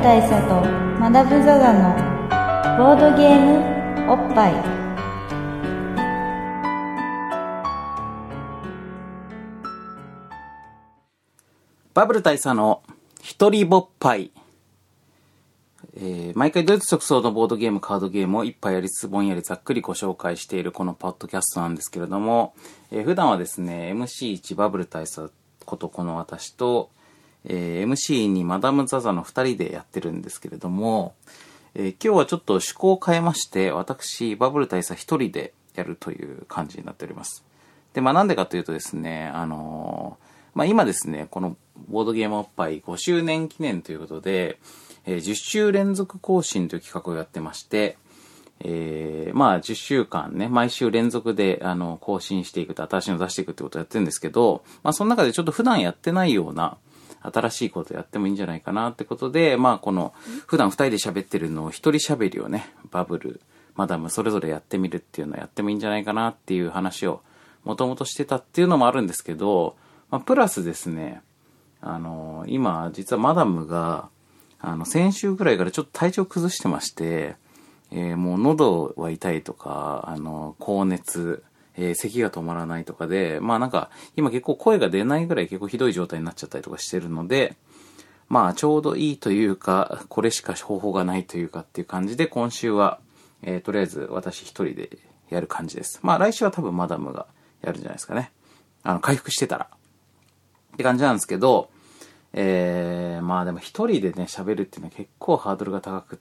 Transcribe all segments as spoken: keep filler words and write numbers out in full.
大佐とマダム・ザ・ザのボードゲームおっぱい。 バブル大佐の一人ぼっぱい。えー、毎回ドイツ直送のボードゲーム、カードゲームを一杯やりつつぼんやりざっくりご紹介しているこのポッドキャストなんですけれども、えー、普段はですね エムシーワン バブル大佐ことこの私と、えー、エムシーツー にマダム・ザ・ザのふたりでやってるんですけれども、えー、今日はちょっと趣向を変えまして私バブル大佐一人でやるという感じになっております。で、まあなんでかというとですね、あのー、まあ今ですねこのボードゲームおっぱいごしゅうねん記念ということで、えー、じゅっしゅう連続更新という企画をやってまして、えー、まあじゅっしゅうかんね、毎週連続であの更新していくと、新しいのを出していくってことをやってるんですけど、まあその中でちょっと普段やってないような新しいことをやってもいいんじゃないかなってことで、まあこの普段ふたりで喋ってるのを一人喋りをね、バブル、マダムそれぞれやってみるっていうのをやってもいいんじゃないかなっていう話をもともとしてたっていうのもあるんですけど、まあプラスですね、あの今実はマダムがあの先週ぐらいからちょっと体調崩してまして、えー、もう喉は痛いとか、あの高熱、えー、咳が止まらないとかで、まあなんか今結構声が出ないぐらい結構ひどい状態になっちゃったりとかしてるので、まあちょうどいいというか、これしか方法がないというかっていう感じで、今週は、えー、とりあえず私一人でやる感じです。まあ来週は多分マダムがやるんじゃないですかね。あの回復してたらって感じなんですけど、えー、まあでも一人でね喋るっていうのは結構ハードルが高くって、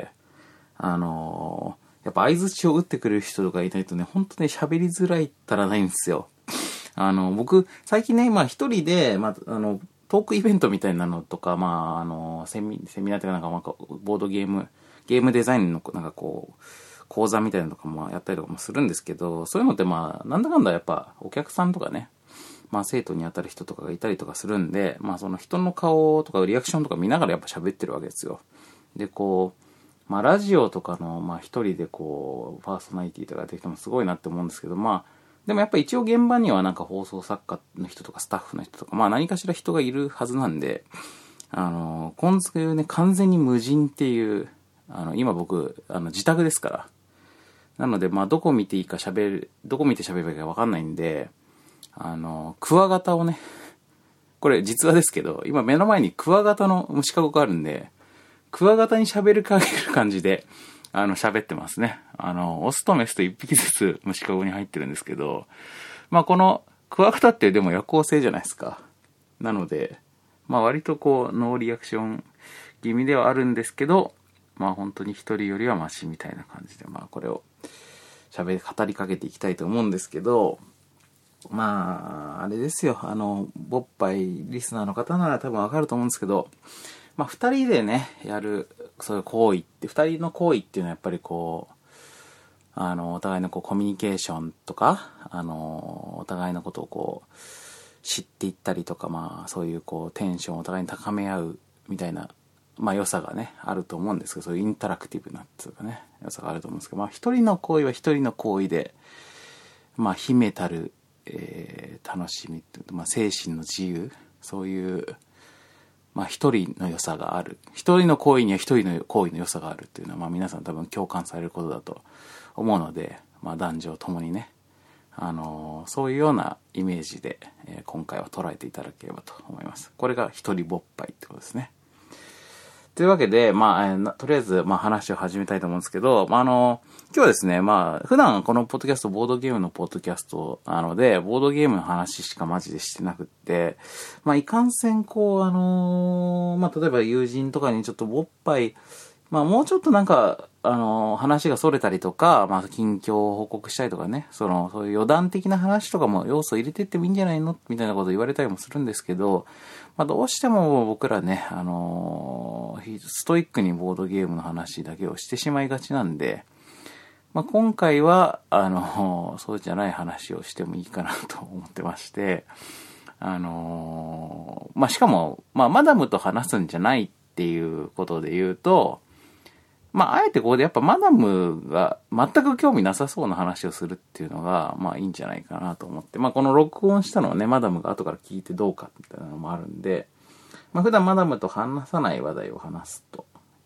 あのー、やっぱ相槌を打ってくれる人とかいないとね、ほんとね喋りづらいったらないんですよ。あの僕最近ね今一人で、まあ、あのトークイベントみたいなのとか、まああのセミセミナーというかなんか、まあ、ボードゲームゲームデザインのなんかこう講座みたいなのとかもやったりとかもするんですけど、そういうのってまあなんだかんだやっぱお客さんとかね、まあ生徒に当たる人とかがいたりとかするんで、まあその人の顔とかリアクションとか見ながらやっぱ喋ってるわけですよ。で、こう、まあラジオとかの、まあ一人でこう、パーソナリティとかやってる人もすごいなって思うんですけど、まあ、でもやっぱ一応現場にはなんか放送作家の人とかスタッフの人とか、まあ何かしら人がいるはずなんで、あの、今週ね、完全に無人っていう、あの、今僕、あの、自宅ですから。なので、まあどこ見ていいか喋る、どこ見て喋ればいいかわかんないんで、あの、クワガタをね、これ実話ですけど、今目の前にクワガタの虫かごがあるんで、クワガタに喋るかける感じで、あの、喋ってますね。あの、オスとメスと一匹ずつ虫かごに入ってるんですけど、まあこのクワガタってでも夜行性じゃないですか。なので、まあ割とこう、ノーリアクション気味ではあるんですけど、まあ本当に一人よりはマシみたいな感じで、まあこれを喋り、語りかけていきたいと思うんですけど、まあ、あれですよ。あの、ボッパイリスナーの方なら多分わかると思うんですけど、まあ、二人でね、やる、そういう行為って、二人の行為っていうのはやっぱりこう、あの、お互いのこうコミュニケーションとか、あの、お互いのことをこう、知っていったりとか、まあ、そういうこう、テンションをお互いに高め合うみたいな、まあ、良さがね、あると思うんですけど、そういうインタラクティブなっていうかね、良さがあると思うんですけど、まあ、一人の行為は一人の行為で、まあ、秘めたる、えー、楽しみっていうと、まあ、精神の自由、そういう、まあ、一人の良さがある。一人の行為には一人の行為の良さがあるっていうのは、まあ、皆さん多分共感されることだと思うので、まあ、男女ともにね、あのー、そういうようなイメージで、えー、今回は捉えていただければと思います。これが一人ぼっぱいってことですね。というわけで、まあ、えー、とりあえず、まあ、話を始めたいと思うんですけど、まあ、あのー、今日はですね、まあ、普段このポッドキャスト、ボードゲームのポッドキャストなので、ボードゲームの話しかマジでしてなくって、まあ、いかんせん、こう、あのー、まあ、例えば友人とかにちょっとぼっぱい、まあ、もうちょっとなんか、あのー、話が逸れたりとか、まあ、近況を報告したりとかね、その、そういう余談的な話とかも要素入れていってもいいんじゃないのみたいなこと言われたりもするんですけど、まあ、どうしても僕らね、あのー、ストイックにボードゲームの話だけをしてしまいがちなんで、まあ、今回は、あのー、そうじゃない話をしてもいいかなと思ってまして、あのー、まあ、しかも、まあ、マダムと話すんじゃないっていうことで言うと、まあ、あえてここでやっぱマダムが全く興味なさそうな話をするっていうのが、まあいいんじゃないかなと思って、まあこの録音したのはね、マダムが後から聞いてどうかみたいなのもあるんで、まあ普段マダムと話さない話題を話すと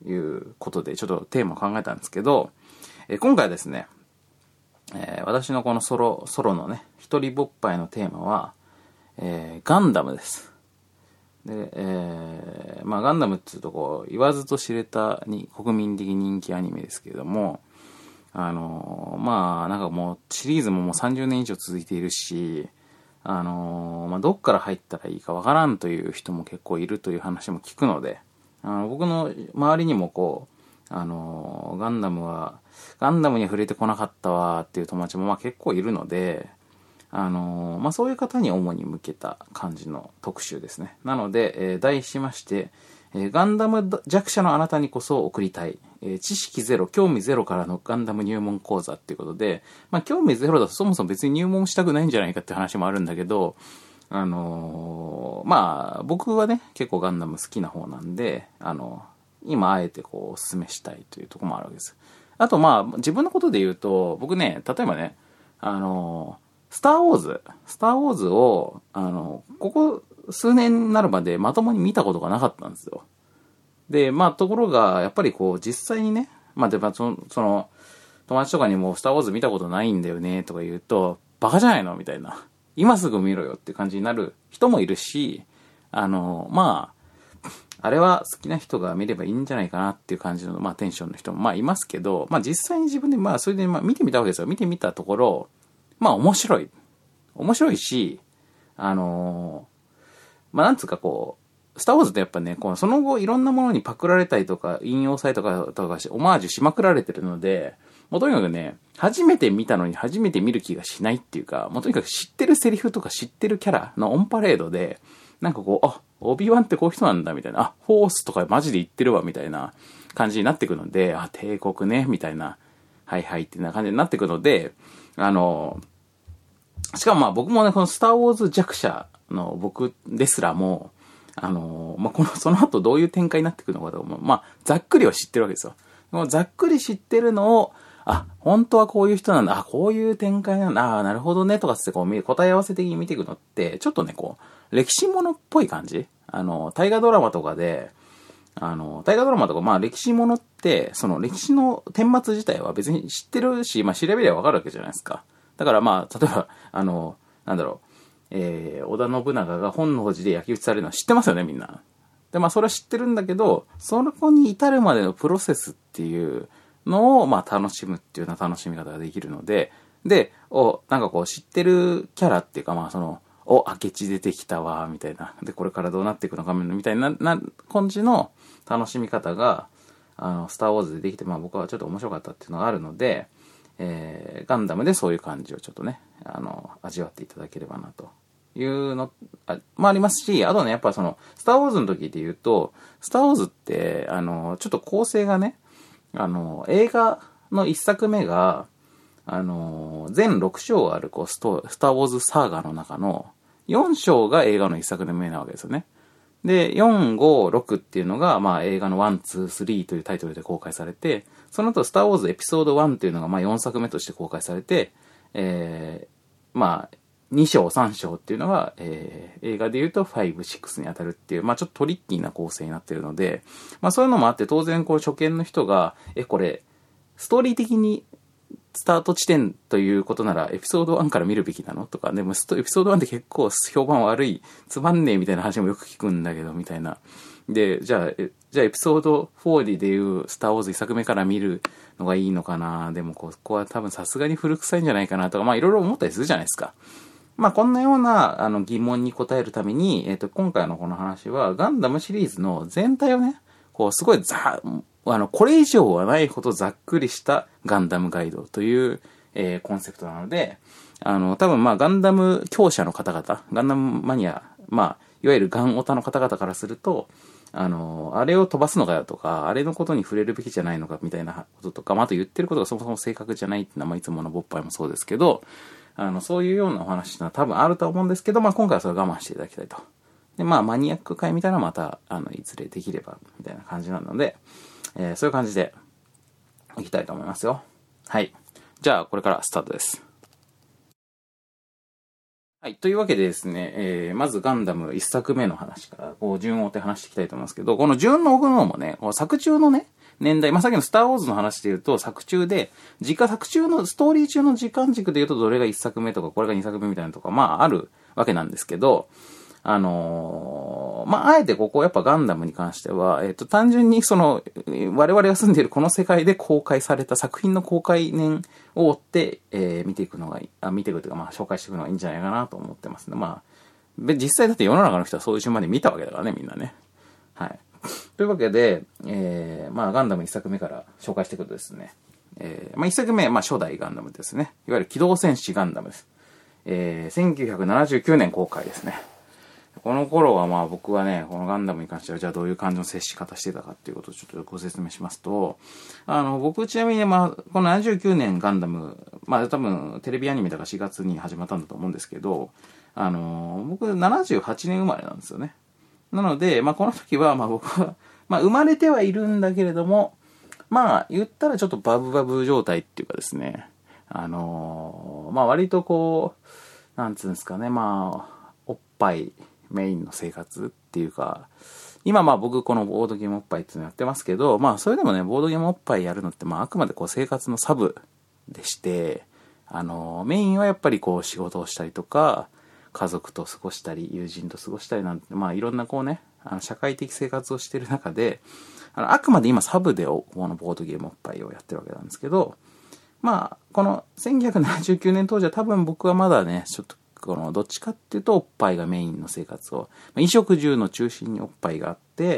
いうことで、ちょっとテーマを考えたんですけど、えー、今回はですね、えー、私のこのソロ、ソロのね、一人ぼっぱいのテーマは、えー、ガンダムです。で、えー、まあガンダムっていうとこう、言わずと知れたに国民的人気アニメですけれども、あのー、まあなんかもうシリーズももうさんじゅうねん以上続いているし、あのー、まあどっから入ったらいいかわからんという人も結構いるという話も聞くので、あの僕の周りにもこう、あのー、ガンダムは、ガンダムに触れてこなかったわっていう友達もまあ結構いるので、あのー、まあそういう方に主に向けた感じの特集ですね。なので、えー、題しまして、えー、ガンダム弱者のあなたにこそ送りたい、えー、知識ゼロ、興味ゼロからのガンダム入門講座っていうことで、まあ興味ゼロだとそもそも別に入門したくないんじゃないかって話もあるんだけど、あのー、まあ僕はね、結構ガンダム好きな方なんで、あのー、今あえてこうお勧めしたいというところもあるわけです。あとまあ自分のことで言うと、僕ね、例えばね、あのー、スターウォーズ、スターウォーズを、あの、ここ数年になるまでまともに見たことがなかったんですよ。で、まあ、ところが、やっぱりこう、実際にね、まあ、で、まあ、その、その、友達とかにも、スターウォーズ見たことないんだよね、とか言うと、バカじゃないのみたいな。今すぐ見ろよっていう感じになる人もいるし、あの、まあ、あれは好きな人が見ればいいんじゃないかなっていう感じの、まあ、テンションの人も、まあ、いますけど、まあ、実際に自分で、まあ、それで、まあ、見てみたわけですよ。見てみたところ、まあ面白い。面白いし、あのー、まあなんつうかこう、スターウォーズってやっぱね、こうその後いろんなものにパクられたりとか、引用されたりとか、とかし、オマージュしまくられてるので、もうとにかくね、初めて見たのに初めて見る気がしないっていうか、もうとにかく知ってるセリフとか知ってるキャラのオンパレードで、なんかこう、あ、オビワンってこういう人なんだみたいな、あ、フォースとかマジで言ってるわみたいな感じになってくので、あ、帝国ね、みたいな、はいはいってな感じになってくので、あのー、しかもまあ僕もね、このスターウォーズ弱者の僕ですらも、あのー、まあこの、その後どういう展開になってくるのかとかも、まあざっくりは知ってるわけですよ。でもざっくり知ってるのを、あ、本当はこういう人なんだ、あ、こういう展開なんだ、あ、なるほどね、とかつってこう、答え合わせ的に見ていくのって、ちょっとね、こう、歴史ものっぽい感じあの、大河ドラマとかで、あの、大河ドラマとか、まあ歴史ものって、その歴史の顛末自体は別に知ってるし、まあ調べればわかるわけじゃないですか。だからまあ、例えば、あの、なんだろう、えー、織田信長が本能寺で焼き討ちされるのは知ってますよね、みんな。で、まあそれは知ってるんだけど、そこに至るまでのプロセスっていうのを、まあ楽しむっていうような楽しみ方ができるので、で、お、なんかこう知ってるキャラっていうか、まあその、お、明智出てきたわ、みたいな。で、これからどうなっていくのか、みたいな、な、感じの楽しみ方が、あの、スターウォーズでできて、まあ僕はちょっと面白かったっていうのがあるので、えー、ガンダムでそういう感じをちょっとね、あの、味わっていただければなというの、あ、まあありますし、あとね、やっぱその、スターウォーズの時で言うと、スターウォーズって、あの、ちょっと構成がね、あの、映画の一作目が、あの、全ろく章あるこうスト、スターウォーズサーガの中のよん章が映画の一作目なわけですよね。で、よん、ご、ろくっていうのが、まあ映画のいち、に、さんというタイトルで公開されて、その後、スターウォーズエピソードいちっていうのが、まあよんさくめとして公開されて、えー、まあ、に章、さん章っていうのが、えー、映画で言うとご、ろくに当たるっていう、まあちょっとトリッキーな構成になってるので、まあそういうのもあって、当然こう初見の人が、え、これ、ストーリー的にスタート地点ということならエピソードいちから見るべきなのとか、でもエピソードいちって結構評判悪い、つまんねえみたいな話もよく聞くんだけど、みたいな。で、じゃあ、じゃあエピソードよんでいうスターウォーズいっさくめから見るのがいいのかな、でもここは多分さすがに古臭いんじゃないかなとか、まあいろいろ思ったりするじゃないですか。まあこんなようなあの疑問に答えるために、えっと、今回のこの話はガンダムシリーズの全体をね、こうすごいざ、あの、これ以上はないほどざっくりしたガンダムガイドという、えー、コンセプトなので、あの、多分まあガンダム強者の方々、ガンダムマニア、まあ、いわゆるガンオタの方々からすると、あの、あれを飛ばすのかよとか、あれのことに触れるべきじゃないのかみたいなこととか、まあ、あと言ってることがそもそも正確じゃないっていうのは、まあ、いつものボッパイもそうですけど、あの、そういうようなお話は多分あると思うんですけど、まあ、今回はそれを我慢していただきたいと。で、まあ、マニアック会みたいなのはまた、あの、いずれできれば、みたいな感じなので、えー、そういう感じで、いきたいと思いますよ。はい。じゃあ、これからスタートです。はい。というわけでですね、えー、まずガンダム一作目の話から、こう、順を追って話していきたいと思いますけど、この順の追うのもね、こう作中のね、 年代、まあ、さっきのスターウォーズの話で言うと、作中で、時間、作中の、ストーリー中の時間軸で言うと、どれがいっさくめとか、これがにさくめみたいなのとか、まあ、あるわけなんですけど、あのー、まあ、あえてここやっぱガンダムに関しては、えっと、単純にその、我々が住んでいるこの世界で公開された作品の公開年を追って、えー、見ていくのがいい、あ、見ていくというか、まあ、紹介していくのがいいんじゃないかなと思ってますね。まあ、実際だって世の中の人はそういう順番で見たわけだからね、みんなね。はい。というわけで、えー、まあ、ガンダムいっさくめから紹介していくとですね、えー、まあ、いっさくめは、まあ、初代ガンダムですね。いわゆる機動戦士ガンダムです。えー、せんきゅうひゃくななじゅうきゅうねん公開ですね。この頃はまあ僕はね、このガンダムに関してはじゃあどういう感じの接し方してたかっていうことをちょっとご説明しますと、あの、僕ちなみにね、まあ、このななじゅうきゅうねんガンダム、まあ多分テレビアニメだからしがつに始まったんだと思うんですけど、あの、僕ななじゅうはちねん生まれなんですよね。なので、まあこの時はまあ僕は、まあ生まれてはいるんだけれども、まあ言ったらちょっとバブバブ状態っていうかですね、あの、まあ割とこう、なんつうんですかね、まあ、おっぱい、メインの生活っていうか、今まあ僕このボードゲームおっぱいっていうのやってますけど、まあそれでもね、ボードゲームおっぱいやるのってまああくまでこう生活のサブでして、あの、メインはやっぱりこう仕事をしたりとか、家族と過ごしたり、友人と過ごしたりなんて、まあいろんなこうね、あの社会的生活をしている中で、あの、あくまで今サブでこのボードゲームおっぱいをやってるわけなんですけど、まあ、このせんきゅうひゃくななじゅうきゅうねん当時は多分僕はまだね、ちょっとこのどっちかっていうとおっぱいがメインの生活を、衣食住の中心におっぱいがあって、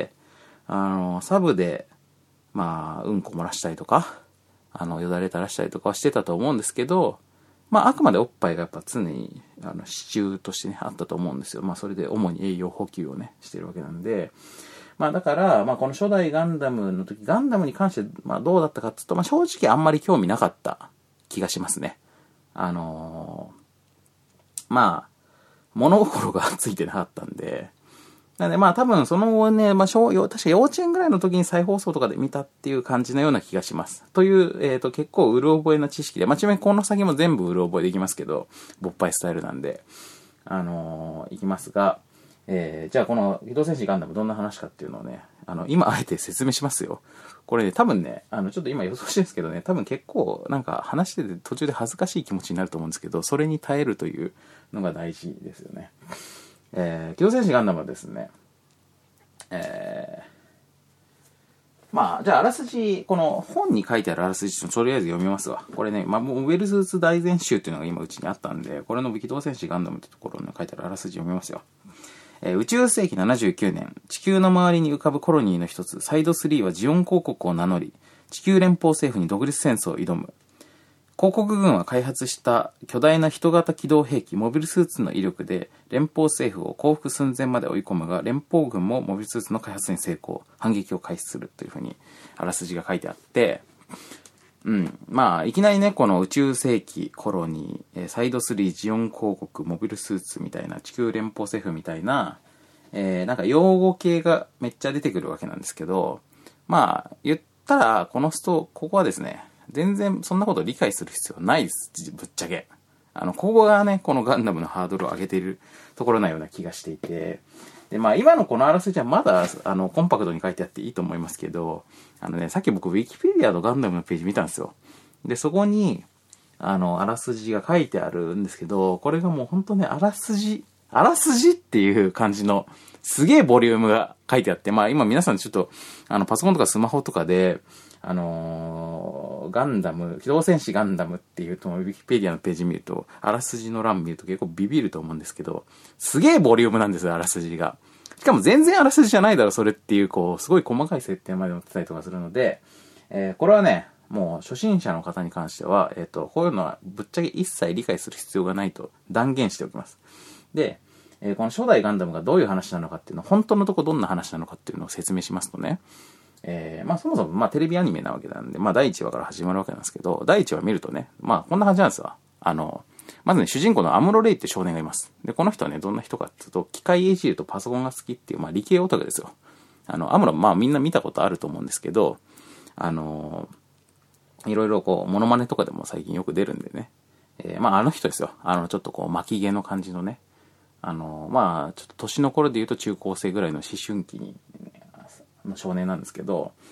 あの、サブで、まあ、うんこ漏らしたりとか、あの、よだれ垂らしたりとかはしてたと思うんですけど、まあ、あくまでおっぱいがやっぱ常に、あの、支柱としてね、あったと思うんですよ。まあ、それで主に栄養補給をね、してるわけなんで、まあ、だから、まあ、この初代ガンダムの時、ガンダムに関して、まあ、どうだったかっていうと、まあ、正直あんまり興味なかった気がしますね。あのー、まあ、物心がついてなかったんで、なんでまあ多分その後ね、まあ小、確か幼稚園ぐらいの時に再放送とかで見たっていう感じのような気がします。という、えっと結構うる覚えな知識で、まあちなみにこの先も全部うる覚えできますけど、勃発スタイルなんで、あのー、いきますが、えー、じゃあこの機動戦士ガンダムどんな話かっていうのをね、あの、今あえて説明しますよ。これね、多分ね、あの、ちょっと今予想してるんですけどね、多分結構なんか話してて途中で恥ずかしい気持ちになると思うんですけど、それに耐えるというのが大事ですよね。えー、機動戦士ガンダムはですね、えー、まあ、じゃああらすじ、この本に書いてあるあらすじとりあえず読みますわ。これね、まあ、もうウェルスーツ大全集っていうのが今うちにあったんで、これの機動戦士ガンダムってところに書いてあるあらすじ読みますよ。えー、宇宙世紀ななじゅうきゅうねん、地球の周りに浮かぶコロニーの一つ、サイドスリーはジオン公国を名乗り、地球連邦政府に独立戦争を挑む。広告軍は開発した巨大な人型機動兵器モビルスーツの威力で連邦政府を降伏寸前まで追い込むが、連邦軍もモビルスーツの開発に成功、反撃を開始するというふうにあらすじが書いてあって、うん。まあ、いきなりね、この宇宙世紀、コロニー、サイドスリー、ジオン広告、モビルスーツみたいな、地球連邦政府みたいな、えー、なんか用語系がめっちゃ出てくるわけなんですけど、まあ、言ったら、この人、ここはですね、全然そんなこと理解する必要ないです。ぶっちゃけ。あの、ここがね、このガンダムのハードルを上げているところなような気がしていて、で、まあ今のこのあらすじはまだ、あの、コンパクトに書いてあっていいと思いますけど、あのね、さっき僕、ウィキペディアのガンダムのページ見たんですよ。で、そこに、あの、あらすじが書いてあるんですけど、これがもう本当ね、あらすじ、あらすじっていう感じの、すげえボリュームが書いてあって、まあ今皆さんちょっと、あの、パソコンとかスマホとかで、あのー、ガンダム、機動戦士ガンダムっていうと、ウィキペディアのページ見ると、あらすじの欄見ると結構ビビると思うんですけど、すげえボリュームなんですよ、あらすじが。しかも全然あらすじじゃないだろ、それっていう、こう、すごい細かい設定まで載ってたりとかするので、えー、これはね、もう初心者の方に関しては、えっと、こういうのはぶっちゃけ一切理解する必要がないと断言しておきます。で、えー、この初代ガンダムがどういう話なのかっていうの、本当のとこどんな話なのかっていうのを説明しますとね、えー、まあそもそもまあテレビアニメなわけなんで、まあ第一話から始まるわけなんですけど、第一話見るとね、まあこんな感じなんですよ。あの、まずね、主人公のアムロレイって少年がいます。で、この人はね、どんな人かっていうと、機械いじるとパソコンが好きっていう、まあ理系オタクですよ。あの、アムロ、まあみんな見たことあると思うんですけど、あのー、いろいろこう、モノマネとかでも最近よく出るんでね。えー、まああの人ですよ。あの、ちょっとこう、巻き毛の感じのね。あのー、まあちょっと年の頃で言うと中高生ぐらいの思春期に、ね、の少年なんですけど、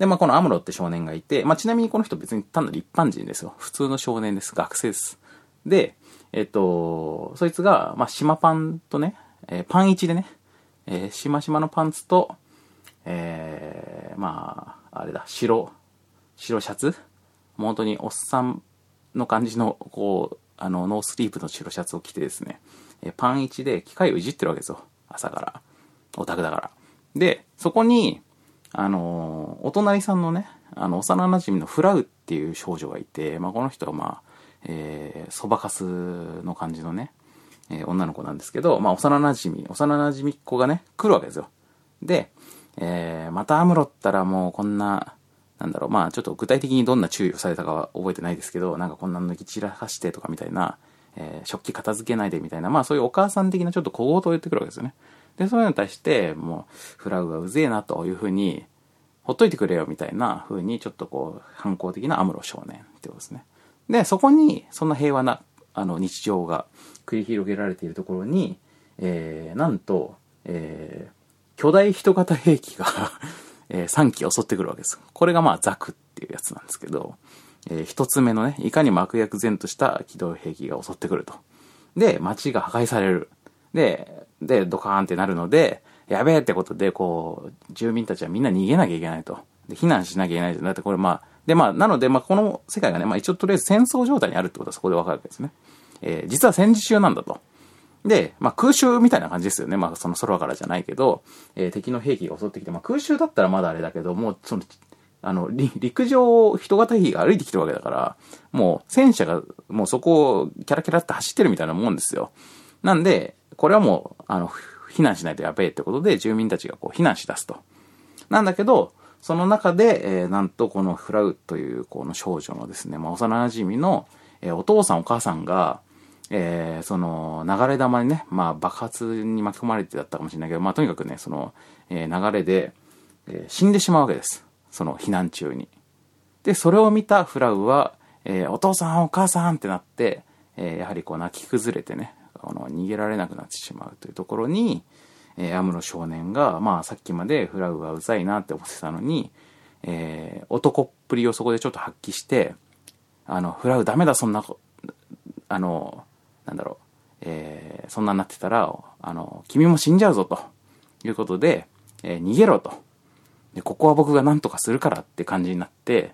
で、まあこのアムロって少年がいて、まあちなみにこの人別に単なる一般人ですよ。普通の少年です。学生です。で、えっと、そいつが、まあ島パンとね、えー、パンいちでね、えー、しましまのパンツと、えー、まあ、あれだ、白、白シャツ本当におっさんの感じの、こう、あの、ノースリーブの白シャツを着てですね、えー、パンいちで機械をいじってるわけですよ。朝から。オタクだから。で、そこに、あのー、お隣さんのね、あの、幼馴染のフラウっていう少女がいて、まあ、この人はまあ、えー、そばかすの感じのね、えー、女の子なんですけど、まあ、幼馴染、幼馴染っ子がね、来るわけですよ。で、えー、またアムロったらもうこんな、なんだろう、まあ、ちょっと具体的にどんな注意をされたかは覚えてないですけど、なんかこんなの抜き散らかしてとかみたいな、えー、食器片付けないでみたいな、まあ、そういうお母さん的なちょっと小言を言ってくるわけですよね。で、そういうのに対して、もう、フラウがうぜえなというふうに、ほっといてくれよみたいな風に、ちょっとこう、反抗的なアムロ少年ってことですね。で、そこに、そんな平和な、あの、日常が繰り広げられているところに、えー、なんと、えー、巨大人型兵器が、えー、さんき襲ってくるわけです。これがまあ、ザクっていうやつなんですけど、えー、一つ目のね、いかにも悪役然とした機動兵器が襲ってくると。で、街が破壊される。で、で、ドカーンってなるので、やべえってことで、こう、住民たちはみんな逃げなきゃいけないと。で、避難しなきゃいけない。だってこれまあ、でまあ、なので、まあ、この世界がね、まあ一応とりあえず戦争状態にあるってことはそこでわかるわけですね。えー、実は戦時中なんだと。で、まあ空襲みたいな感じですよね。まあその空からじゃないけど、えー、敵の兵器が襲ってきて、まあ空襲だったらまだあれだけど、もうその、あの、陸上を人型兵器が歩いてきてるわけだから、もう戦車がもうそこをキャラキャラって走ってるみたいなもんですよ。なんで、これはもう、あの、避難しないとやべえってことで、住民たちがこう避難し出すと。なんだけど、その中で、えー、なんとこのフラウというこの少女のですね、まあ幼馴染の、えー、お父さんお母さんが、えー、その流れ弾にね、まあ爆発に巻き込まれてだったかもしれないけど、まあとにかくね、その、えー、流れで、えー、死んでしまうわけです。その避難中に。で、それを見たフラウは、えー、お父さんお母さんってなって、えー、やはりこう泣き崩れてね、この逃げられなくなってしまうというところに、えー、アムロ少年が、まあさっきまでフラウがうざいなって思ってたのに、えー、男っぷりをそこでちょっと発揮して、あの、フラウダメだそんな、あの、なんだろう、えー、そんなになってたら、あの、君も死んじゃうぞということで、えー、逃げろと。で、ここは僕が何とかするからって感じになって、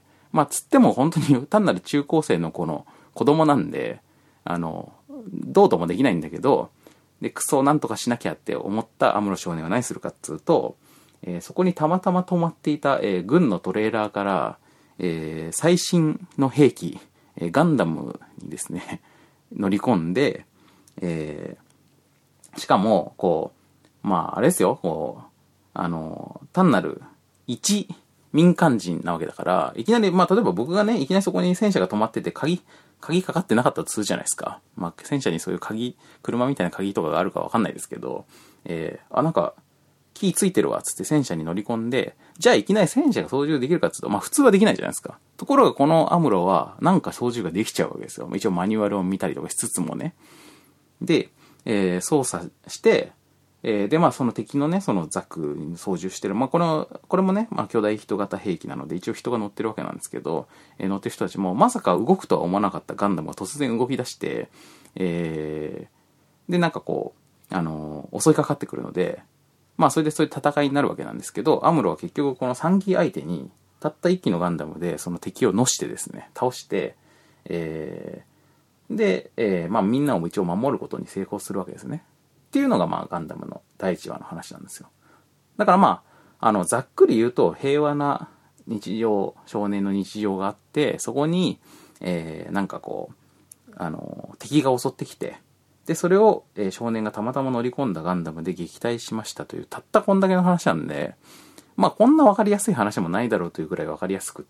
まあつっても本当に単なる中高生の子の子供なんで、あの、どうともできないんだけど、で、クソなんとかしなきゃって思ったアムロ少年は何するかっつうと、えー、そこにたまたま止まっていた、えー、軍のトレーラーから、えー、最新の兵器、えー、ガンダムにですね、乗り込んで、えー、しかも、こう、まあ、あれですよ、こう、あの、単なる一民間人なわけだから、いきなり、まあ、例えば僕がね、いきなりそこに戦車が止まってて、鍵、鍵かかってなかったとするじゃないですか。まあ、戦車にそういう鍵、車みたいな鍵とかがあるかわかんないですけど、えー、あ、なんか、キーついてるわ、つって戦車に乗り込んで、じゃあいきなり戦車が操縦できるかっつうと、まあ普通はできないじゃないですか。ところがこのアムロは、なんか操縦ができちゃうわけですよ。一応マニュアルを見たりとかしつつもね。で、えー、操作して、えー、で、まあその敵のね、そのザクに操縦してる、まあこの、これもね、まあ巨大人型兵器なので、一応人が乗ってるわけなんですけど、えー、乗ってる人たちも、まさか動くとは思わなかったガンダムが突然動き出して、えー、で、なんかこう、あのー、襲いかかってくるので、まあそれでそういう戦いになるわけなんですけど、アムロは結局このさんき相手に、たったいっきのガンダムでその敵をのしてですね、倒して、えー、で、えー、まあみんなを一応守ることに成功するわけですね。っていうのがまあガンダムのだいいちわの話なんですよ。だからまあ、あの、ざっくり言うと平和な日常、少年の日常があって、そこに、えー、なんかこう、あの、敵が襲ってきて、で、それを、えー、少年がたまたま乗り込んだガンダムで撃退しましたという、たったこんだけの話なんで、まあこんなわかりやすい話もないだろうというぐらいわかりやすくって、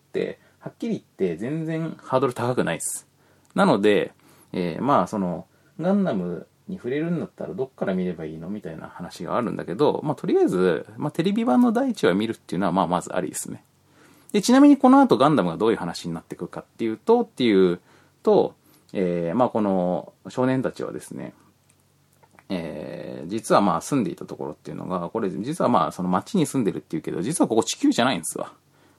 はっきり言って全然ハードル高くないです。なので、えー、まあその、ガンダムに触れるんだったらどっから見ればいいのみたいな話があるんだけど、まあとりあえず、まあテレビ版のだいいちわ見るっていうのはまあまずありですね。で、ちなみにこの後ガンダムがどういう話になってくるかっていうと、っていうと、えー、まあこの少年たちはですね、えー、実はまあ住んでいたところっていうのが、これ実はまあその町に住んでるっていうけど、実はここ地球じゃないんですわ。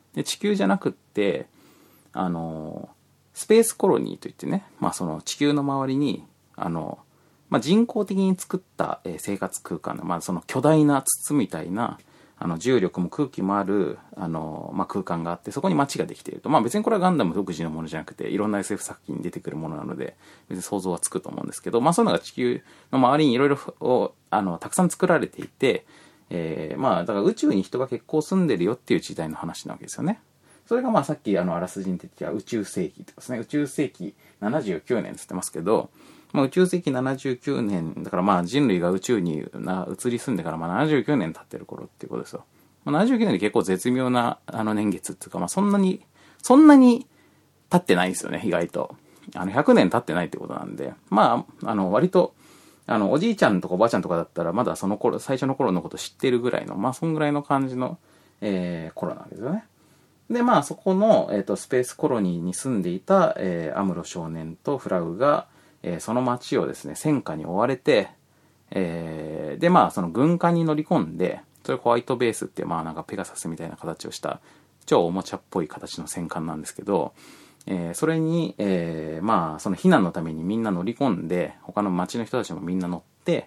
で、地球じゃなくって、あの、スペースコロニーといってね、まあその地球の周りに、あの、まあ人工的に作った、えー、生活空間の、まあその巨大な筒みたいな、あの重力も空気もある、あの、まあ空間があって、そこに街ができていると。まあ別にこれはガンダム独自のものじゃなくて、いろんな エスエフ 作品に出てくるものなので、別に想像はつくと思うんですけど、まあそういうのが地球の周りにいろいろ、あの、たくさん作られていて、えー、まあだから宇宙に人が結構住んでるよっていう時代の話なわけですよね。それがまあさっきあのあらすじに出てきた宇宙世紀とかですね。宇宙世紀ななじゅうきゅうねんって言ってますけど、まあ、宇宙世紀ななじゅうきゅうねん、だからまあ人類が宇宙にな移り住んでからまあななじゅうきゅうねん経ってる頃っていうことですよ。まあ、ななじゅうきゅうねんで結構絶妙なあの年月っていうか、まあそんなに、そんなに経ってないんですよね、意外と。あのひゃくねん経ってないってことなんで、まあ、あの割と、あのおじいちゃんとかおばあちゃんとかだったらまだその頃、最初の頃のこと知ってるぐらいの、まあそんぐらいの感じの、えー、頃なんですよね。で、まあそこの、えーと、スペースコロニーに住んでいた、えー、アムロ少年とフラウが、えー、その街をですね、戦火に追われて、えー、で、まあその軍艦に乗り込んで、それホワイトベースっていう、まあなんかペガサスみたいな形をした超おもちゃっぽい形の戦艦なんですけど、えー、それに、えー、まあその避難のためにみんな乗り込んで、他の街の人たちもみんな乗って、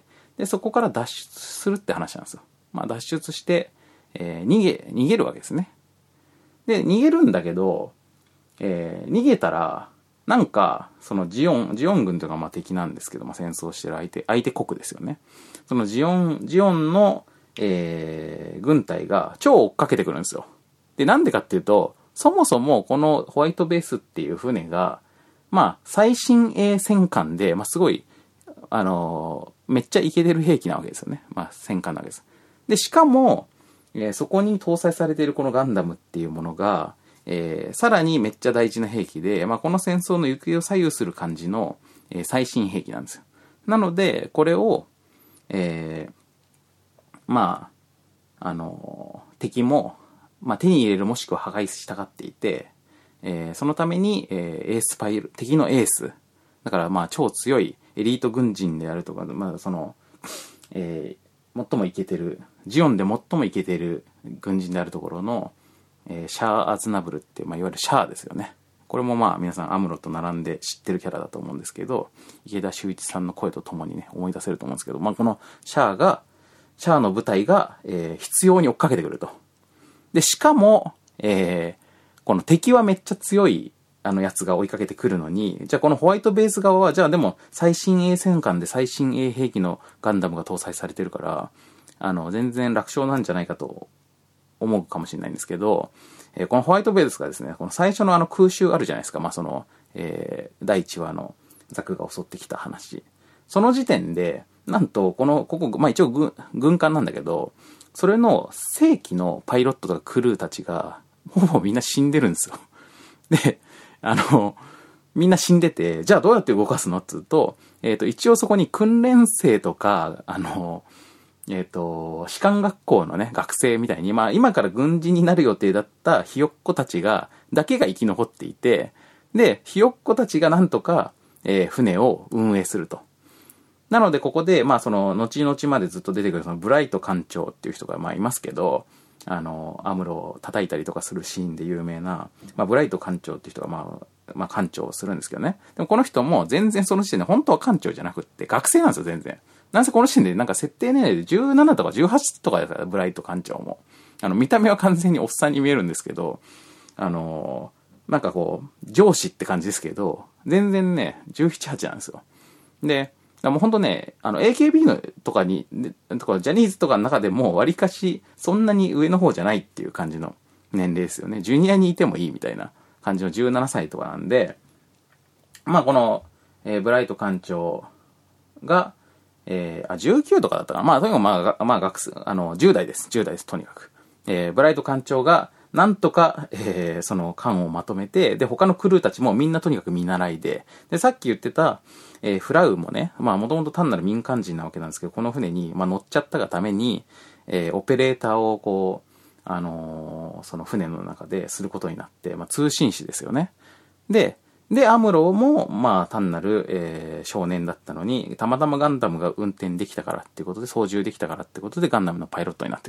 で、そこから脱出するって話なんですよ。まあ脱出して、えー、逃げ、逃げるわけですね。で、逃げるんだけど、えー、逃げたら、なんか、そのジオン、ジオン軍というかまあ敵なんですけど、まあ戦争してる相手、相手国ですよね。そのジオン、ジオンの、えー、軍隊が超追っかけてくるんですよ。で、なんでかっていうと、そもそもこのホワイトベースっていう船が、まあ、最新鋭戦艦で、まあすごい、あのー、めっちゃイケてる兵器なわけですよね。まあ戦艦なわけです。で、しかも、えー、そこに搭載されているこのガンダムっていうものが、えー、さらにめっちゃ大事な兵器で、まあ、この戦争の行方を左右する感じの、えー、最新兵器なんですよ。なので、これを、えー、まあ、あのー、敵も、まあ、手に入れるもしくは破壊したがっていて、えー、そのために、えー、エースパイル、敵のエース、だからまあ超強いエリート軍人であるとか、まあその、えー、最もイケてる、ジオンで最もイケてる軍人であるところの、えー、シャア・アズナブルって、まあ、いわゆるシャアですよね。これもまあ皆さんアムロと並んで知ってるキャラだと思うんですけど、池田秀一さんの声とともにね、思い出せると思うんですけど、まあこのシャアが、シャアの部隊が、えー、必要に追っかけてくると。で、しかも、えー、この敵はめっちゃ強い、あのやつが追いかけてくるのに、じゃあこのホワイトベース側は、じゃあでも最新鋭戦艦で最新鋭兵器のガンダムが搭載されてるから、あの、全然楽勝なんじゃないかと思うかもしれないんですけど、えー、このホワイトベースがですね、この最初のあの空襲あるじゃないですか、まあその、えー、だいいちわのザクが襲ってきた話。その時点で、なんと、この、ここ、まあ一応軍、軍艦なんだけど、それの正規のパイロットとかクルーたちが、ほぼみんな死んでるんですよ。で、あの、みんな死んでて、じゃあどうやって動かすのって言うと、えっと、一応そこに訓練生とか、あの、えっと、士官学校のね、学生みたいに、まあ今から軍人になる予定だったひよっこたちが、だけが生き残っていて、で、ひよっこたちがなんとか、えー、船を運営すると。なのでここで、まあその、後々までずっと出てくるそのブライト艦長っていう人がまあいますけど、あの、アムロを叩いたりとかするシーンで有名な、まあブライト艦長っていう人がまあ、まあ艦長をするんですけどね。でもこの人も全然その時点で本当は艦長じゃなくって学生なんですよ、全然。なんせこの時点でなんか設定年齢でじゅうななとかじゅうはちとかだから、ブライト艦長も。あの、見た目は完全におっさんに見えるんですけど、あの、なんかこう、上司って感じですけど、全然ね、じゅうなな、はちなんですよ。で、もうほんとね、あの、エーケービー のとかに、とか、ジャニーズとかの中でも、割かし、そんなに上の方じゃないっていう感じの年齢ですよね。ジュニアにいてもいいみたいな感じのじゅうななさいとかなんで、まあこの、えー、ブライト艦長が、えー、あ、じゅうきゅうとかだったかな。まあ、とにかくまあ、まあ、学生、あの、じゅう代です。じゅう代です、とにかく。えー、ブライト艦長が、なんとか、えー、その艦をまとめて、で、他のクルーたちもみんなとにかく見習いで、で、さっき言ってた、えー、フラウもね、まあ、もともと単なる民間人なわけなんですけど、この船に、まあ、乗っちゃったがために、えー、オペレーターをこう、あのー、その船の中ですることになって、まあ、通信士ですよね。で、で、アムロも、まあ、単なる、えー、少年だったのに、たまたまガンダムが運転できたからっていうことで、操縦できたからってことで、ガンダムのパイロットになっていくと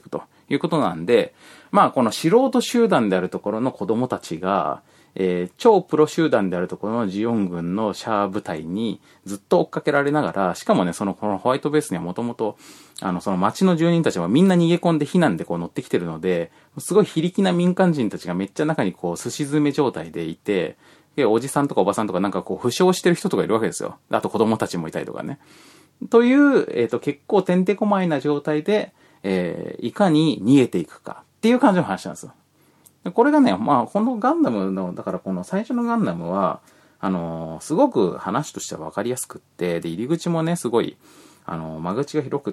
いうことなんで、まあこの素人集団であるところの子供たちが、えー、超プロ集団であるところのジオン軍のシャア部隊にずっと追っかけられながら、しかもね、その、このホワイトベースにはもともと、あの、その街の住人たちはみんな逃げ込んで避難でこう乗ってきてるので、すごい非力な民間人たちがめっちゃ中にこう、寿司詰め状態でいて、で、おじさんとかおばさんとかなんかこう、負傷してる人とかいるわけですよ。あと子供たちもいたりとかね。という、えっと、結構てんてこまいな状態で、えー、いかに逃げていくかっていう感じの話なんですよ。これがね、まあ、このガンダムの、だからこの最初のガンダムは、あのー、すごく話としては分かりやすくって、で、入り口もね、すごい、あのー、間口が広くって、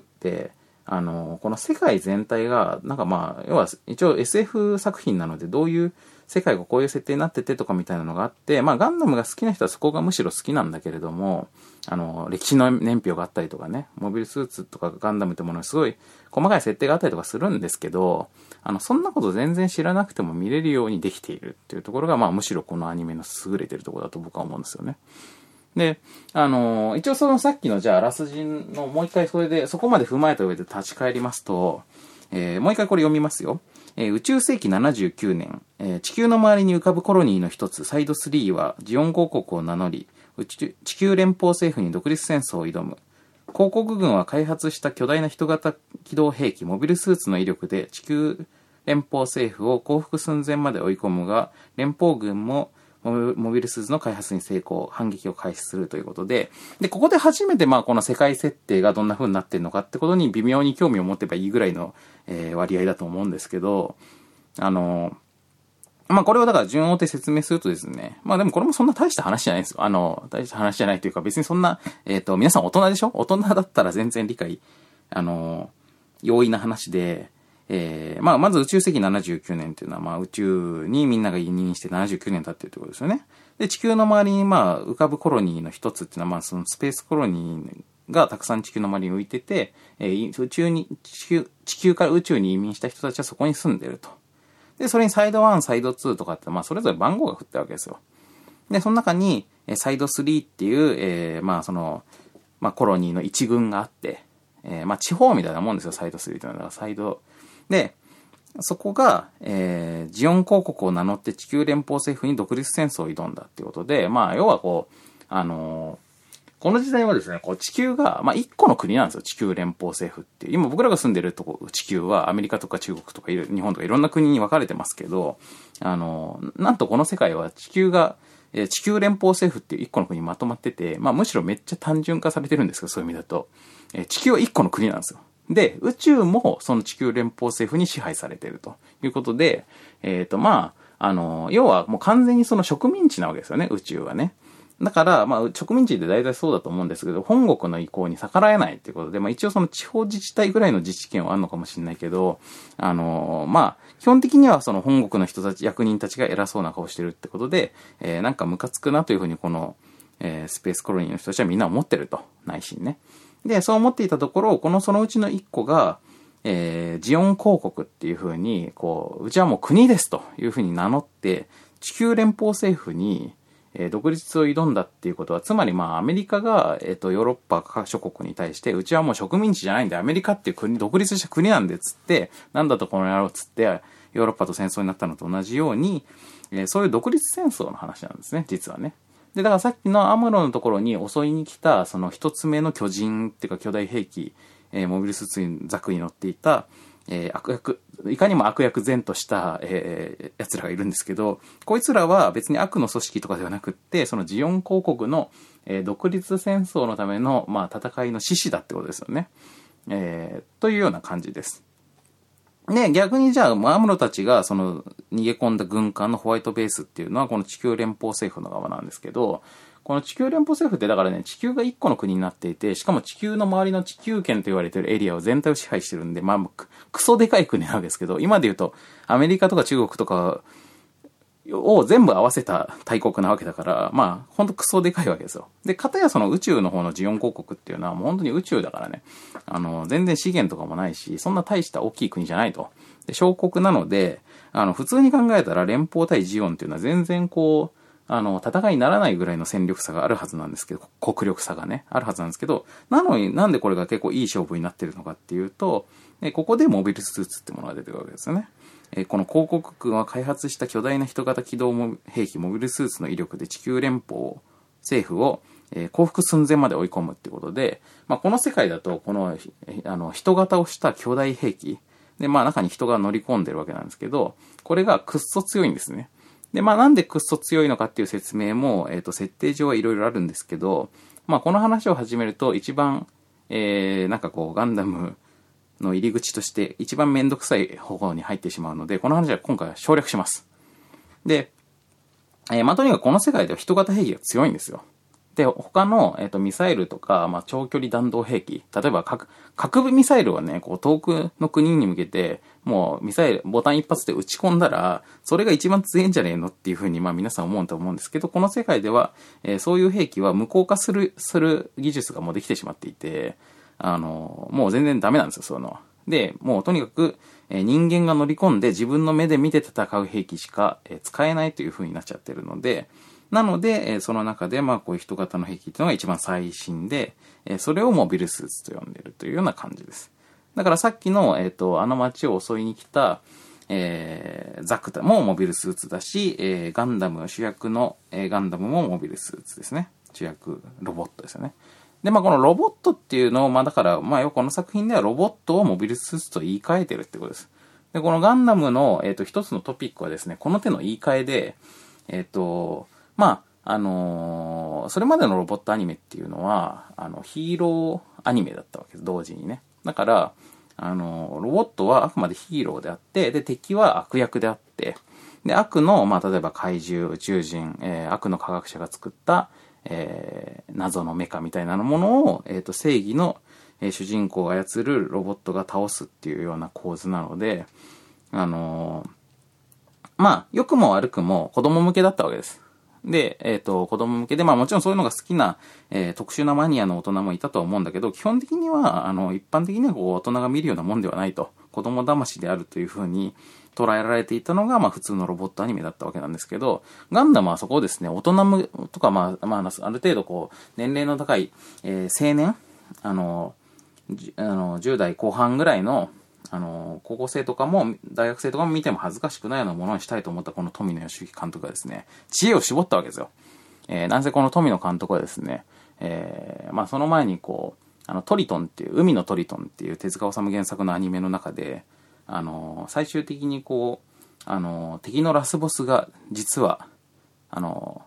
あのー、この世界全体が、なんかまあ、要は、一応 エスエフ 作品なので、どういう世界がこういう設定になっててとかみたいなのがあって、まあ、ガンダムが好きな人はそこがむしろ好きなんだけれども、あのー、歴史の年表があったりとかね、モビルスーツとかガンダムってものにすごい細かい設定があったりとかするんですけど、あの、そんなこと全然知らなくても見れるようにできているっていうところが、まあ、むしろこのアニメの優れてるところだと僕は思うんですよね。で、あのー、一応そのさっきのじゃああらすじのもう一回それで、そこまで踏まえた上で立ち返りますと、えー、もう一回これ読みますよ。えー、宇宙世紀ななじゅうきゅうねん、えー、地球の周りに浮かぶコロニーの一つ、サイドスリーはジオン公国を名乗り、宇宙地球連邦政府に独立戦争を挑む。広告軍は開発した巨大な人型機動兵器モビルスーツの威力で地球連邦政府を降伏寸前まで追い込むが、連邦軍もモビルスーツの開発に成功、反撃を開始するということで、で、ここで初めてまあこの世界設定がどんな風になってるのかってことに微妙に興味を持てばいいぐらいの、えー、割合だと思うんですけど、あの、まあこれをだから順を追って説明するとですね、まあでもこれもそんな大した話じゃないですよ。あの、大した話じゃないというか別にそんな、えっと、皆さん大人でしょ？大人だったら全然理解、あの、容易な話で、えー、まあまず宇宙世紀ななじゅうきゅうねんっていうのはまあ宇宙にみんなが移民してななじゅうきゅうねん経ってるってことですよね。で、地球の周りにまあ浮かぶコロニーの一つっていうのはまあそのスペースコロニーがたくさん地球の周りに浮いてて、えー、宇宙に、地球、地球から宇宙に移民した人たちはそこに住んでると。で、それにサイドワン、サイドツーとかって、まあ、それぞれ番号が振ってあるわけですよ。で、その中に、サイドスリーっていう、えー、まあ、その、まあ、コロニーの一軍があって、えー、まあ、地方みたいなもんですよ、サイドスリーっていうのは。サイド。で、そこが、えー、ジオン公国を名乗って地球連邦政府に独立戦争を挑んだっていうことで、まあ、要はこう、あのー、この時代はですね、こう地球が、まあ、一個の国なんですよ、地球連邦政府っていう。今僕らが住んでるとこ、地球はアメリカとか中国とかいる、日本とかいろんな国に分かれてますけど、あの、なんとこの世界は地球が、えー、地球連邦政府っていう一個の国にまとまってて、まあむしろめっちゃ単純化されてるんですけど、そういう意味だと。えー、地球は一個の国なんですよ。で、宇宙もその地球連邦政府に支配されているということで、えっと、まあ、あの、要はもう完全にその植民地なわけですよね、宇宙はね。だから、まあ、植民地って大体そうだと思うんですけど、本国の意向に逆らえないっていうことで、まあ一応その地方自治体ぐらいの自治権はあるのかもしれないけど、あのー、まあ、基本的にはその本国の人たち、役人たちが偉そうな顔してるってことで、えー、なんかムカつくなというふうにこの、えー、スペースコロニーの人たちはみんな思ってると、内心ね。で、そう思っていたところ、このそのうちの一個が、えー、ジオン公国っていうふうに、こう、うちはもう国ですというふうに名乗って、地球連邦政府に、えー、独立を挑んだっていうことは、つまりまあアメリカが、えっと、ヨーロッパ各諸国に対して、うちはもう植民地じゃないんで、アメリカっていう国、独立した国なんでつって、なんだとこの野郎つって、ヨーロッパと戦争になったのと同じように、えー、そういう独立戦争の話なんですね、実はね。で、だからさっきのアムロのところに襲いに来た、その一つ目の巨人っていうか巨大兵器、えー、モビルスーツにザクに乗っていた、えー、悪役、いかにも悪役前とした、えー、奴らがいるんですけど、こいつらは別に悪の組織とかではなくって、そのジオン公国の、えー、独立戦争のための、まあ、戦いの志士だってことですよね。えー、というような感じです。で、逆にじゃあ、アムロたちが、その、逃げ込んだ軍艦のホワイトベースっていうのは、この地球連邦政府の側なんですけど、この地球連邦政府ってだからね、地球が一個の国になっていて、しかも地球の周りの地球圏と言われているエリアを全体を支配してるんで、まあ、クソでかい国なわけですけど、今で言うと、アメリカとか中国とかを全部合わせた大国なわけだから、まあ、ほんとクソでかいわけですよ。で、かたやその宇宙の方のジオン公国っていうのはもう本当に宇宙だからね、あの、全然資源とかもないし、そんな大した大きい国じゃないと。で、小国なので、あの、普通に考えたら連邦対ジオンっていうのは全然こう、 あの、戦いにならないぐらいの戦力差があるはずなんですけど、国力差がね、あるはずなんですけど、なのになんでこれが結構いい勝負になってるのかっていうと、えここでモビルスーツってものが出てくるわけですよね。えこの広告軍は開発した巨大な人型機動兵器モビルスーツの威力で地球連邦政府を、えー、降伏寸前まで追い込むってことで、まあ、この世界だと、この、あの、人型をした巨大兵器、で、まあ中に人が乗り込んでるわけなんですけど、これがくっそ強いんですね。で、まあなんでくっそ強いのかっていう説明も、えっと、設定上はいろいろあるんですけど、まあこの話を始めると一番、えー、なんかこう、ガンダムの入り口として一番めんどくさい方法に入ってしまうので、この話は今回は省略します。で、えー、まあとにかくこの世界では人型兵器が強いんですよ。で、他の、えっと、ミサイルとか、まあ、長距離弾道兵器。例えば、核、核ミサイルはね、こう、遠くの国に向けて、もう、ミサイル、ボタン一発で撃ち込んだら、それが一番強いんじゃねえのっていうふうに、まあ、皆さん思うと思うんですけど、この世界では、えー、そういう兵器は無効化する、する技術がもうできてしまっていて、あの、もう全然ダメなんですよ、そういうのは。で、もうとにかく、えー、人間が乗り込んで自分の目で見て戦う兵器しか、えー、使えないというふうになっちゃってるので、なので、えー、その中で、まあ、こういう人型の兵器っていうのが一番最新で、えー、それをモビルスーツと呼んでいるというような感じです。だからさっきの、えっと、あの街を襲いに来た、えー、ザクタもモビルスーツだし、えー、ガンダム、主役の、えー、ガンダムもモビルスーツですね。主役、ロボットですよね。で、まあ、このロボットっていうのを、まあ、だから、まあ、よくこの作品ではロボットをモビルスーツと言い換えてるってことです。で、このガンダムの、えっと、一つのトピックはですね、この手の言い換えで、えっと、まあ、あのー、それまでのロボットアニメっていうのは、あの、ヒーローアニメだったわけです、同時にね。だから、あのー、ロボットはあくまでヒーローであって、で、敵は悪役であって、で、悪の、まあ、例えば怪獣、宇宙人、えー、悪の科学者が作った、えー、謎のメカみたいなものを、えっと、正義の、えー、主人公が操るロボットが倒すっていうような構図なので、あのー、まあ、良くも悪くも子供向けだったわけです。で、えっと、子供向けで、まあもちろんそういうのが好きな、えー、特殊なマニアの大人もいたとは思うんだけど、基本的には、あの、一般的にはこう、大人が見るようなもんではないと、子供騙しであるというふうに捉えられていたのが、まあ普通のロボットアニメだったわけなんですけど、ガンダムはそこをですね、大人とか、まあ、まあ、ある程度こう、年齢の高い、えー、青年、あの、あの、じゅう代後半ぐらいの、あの、高校生とかも、大学生とかも見ても恥ずかしくないようなものにしたいと思ったこの富野義行監督がですね、知恵を絞ったわけですよ。えー、なんせこの富野監督はですね、えー、まあその前にこう、あの、トリトンっていう、海のトリトンっていう手塚治虫原作のアニメの中で、あの、最終的にこう、あの、敵のラスボスが、実は、あの、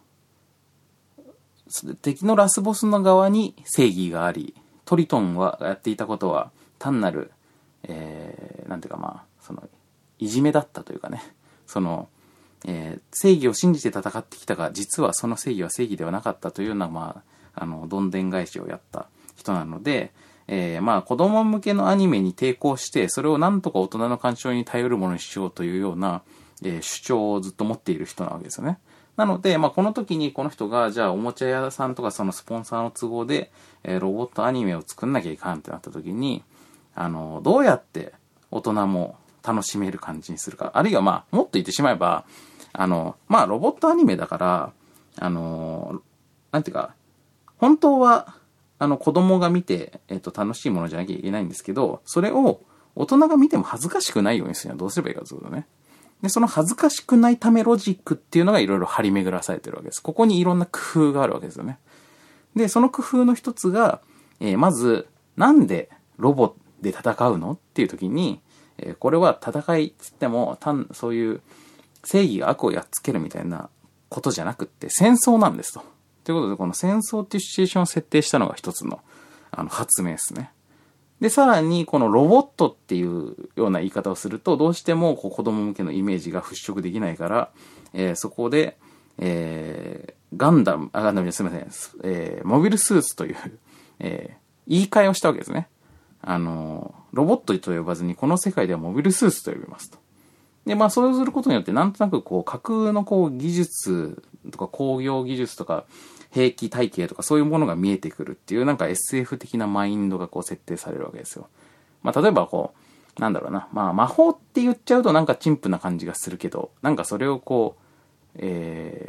敵のラスボスの側に正義があり、トリトンはやっていたことは、単なる、えー、なんていうかまあ、その、いじめだったというかね、その、えー、正義を信じて戦ってきたが、実はその正義は正義ではなかったというような、まあ、あの、どんでん返しをやった人なので、えー、まあ、子供向けのアニメに抵抗して、それをなんとか大人の干渉に頼るものにしようというような、えー、主張をずっと持っている人なわけですよね。なので、まあ、この時にこの人が、じゃあ、おもちゃ屋さんとかそのスポンサーの都合で、えー、ロボットアニメを作んなきゃいかんってなった時に、あの、どうやって大人も楽しめる感じにするか。あるいはまあ、もっと言ってしまえば、あの、まあ、ロボットアニメだから、あの、なんていうか、本当は、あの、子供が見て、えっと、楽しいものじゃなきゃいけないんですけど、それを大人が見ても恥ずかしくないようにするにはどうすればいいかということね。で、その恥ずかしくないためロジックっていうのがいろいろ張り巡らされてるわけです。ここにいろんな工夫があるわけですよね。で、その工夫の一つが、えー、まず、なんでロボで戦うのっていう時に、えー、これは戦いっつっても、単、そういう正義が悪をやっつけるみたいなことじゃなくって、戦争なんですと。ということで、この戦争っていうシチュエーションを設定したのが一つの、あの、発明ですね。で、さらに、このロボットっていうような言い方をすると、どうしてもこう子供向けのイメージが払拭できないから、えー、そこで、えー、ガンダム、あ、ガンダムすみません、えー、モビルスーツという、えー、言い換えをしたわけですね。あの、ロボットと呼ばずに、この世界ではモビルスーツと呼びますと。で、まあ、それをすることによって、なんとなくこう、架空のこう、技術とか工業技術とか、兵器体系とかそういうものが見えてくるっていうなんか エスエフ 的なマインドがこう設定されるわけですよ。まあ例えばこう、なんだろうな。まあ魔法って言っちゃうとなんか陳腐な感じがするけど、なんかそれをこう、えー、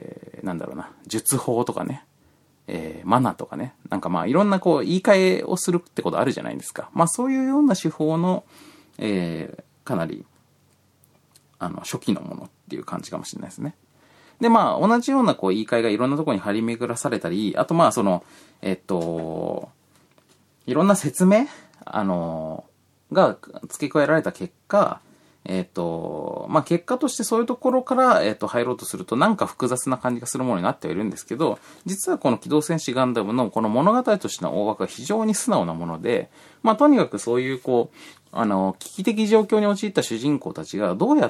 ー、なんだろうな、術法とかね、えー、マナとかね、なんかまあいろんなこう言い換えをするってことあるじゃないですか。まあそういうような手法の、えー、かなり、あの、初期のものっていう感じかもしれないですね。で、まあ同じようなこう言い換えがいろんなところに張り巡らされたり、あとまあその、えっと、いろんな説明あの、が付け加えられた結果、えっと、まあ、結果としてそういうところから、えっと、入ろうとするとなんか複雑な感じがするものになってはいるんですけど、実はこの機動戦士ガンダムのこの物語としての大枠は非常に素直なもので、まあ、とにかくそういうこう、あの、危機的状況に陥った主人公たちがどうやって、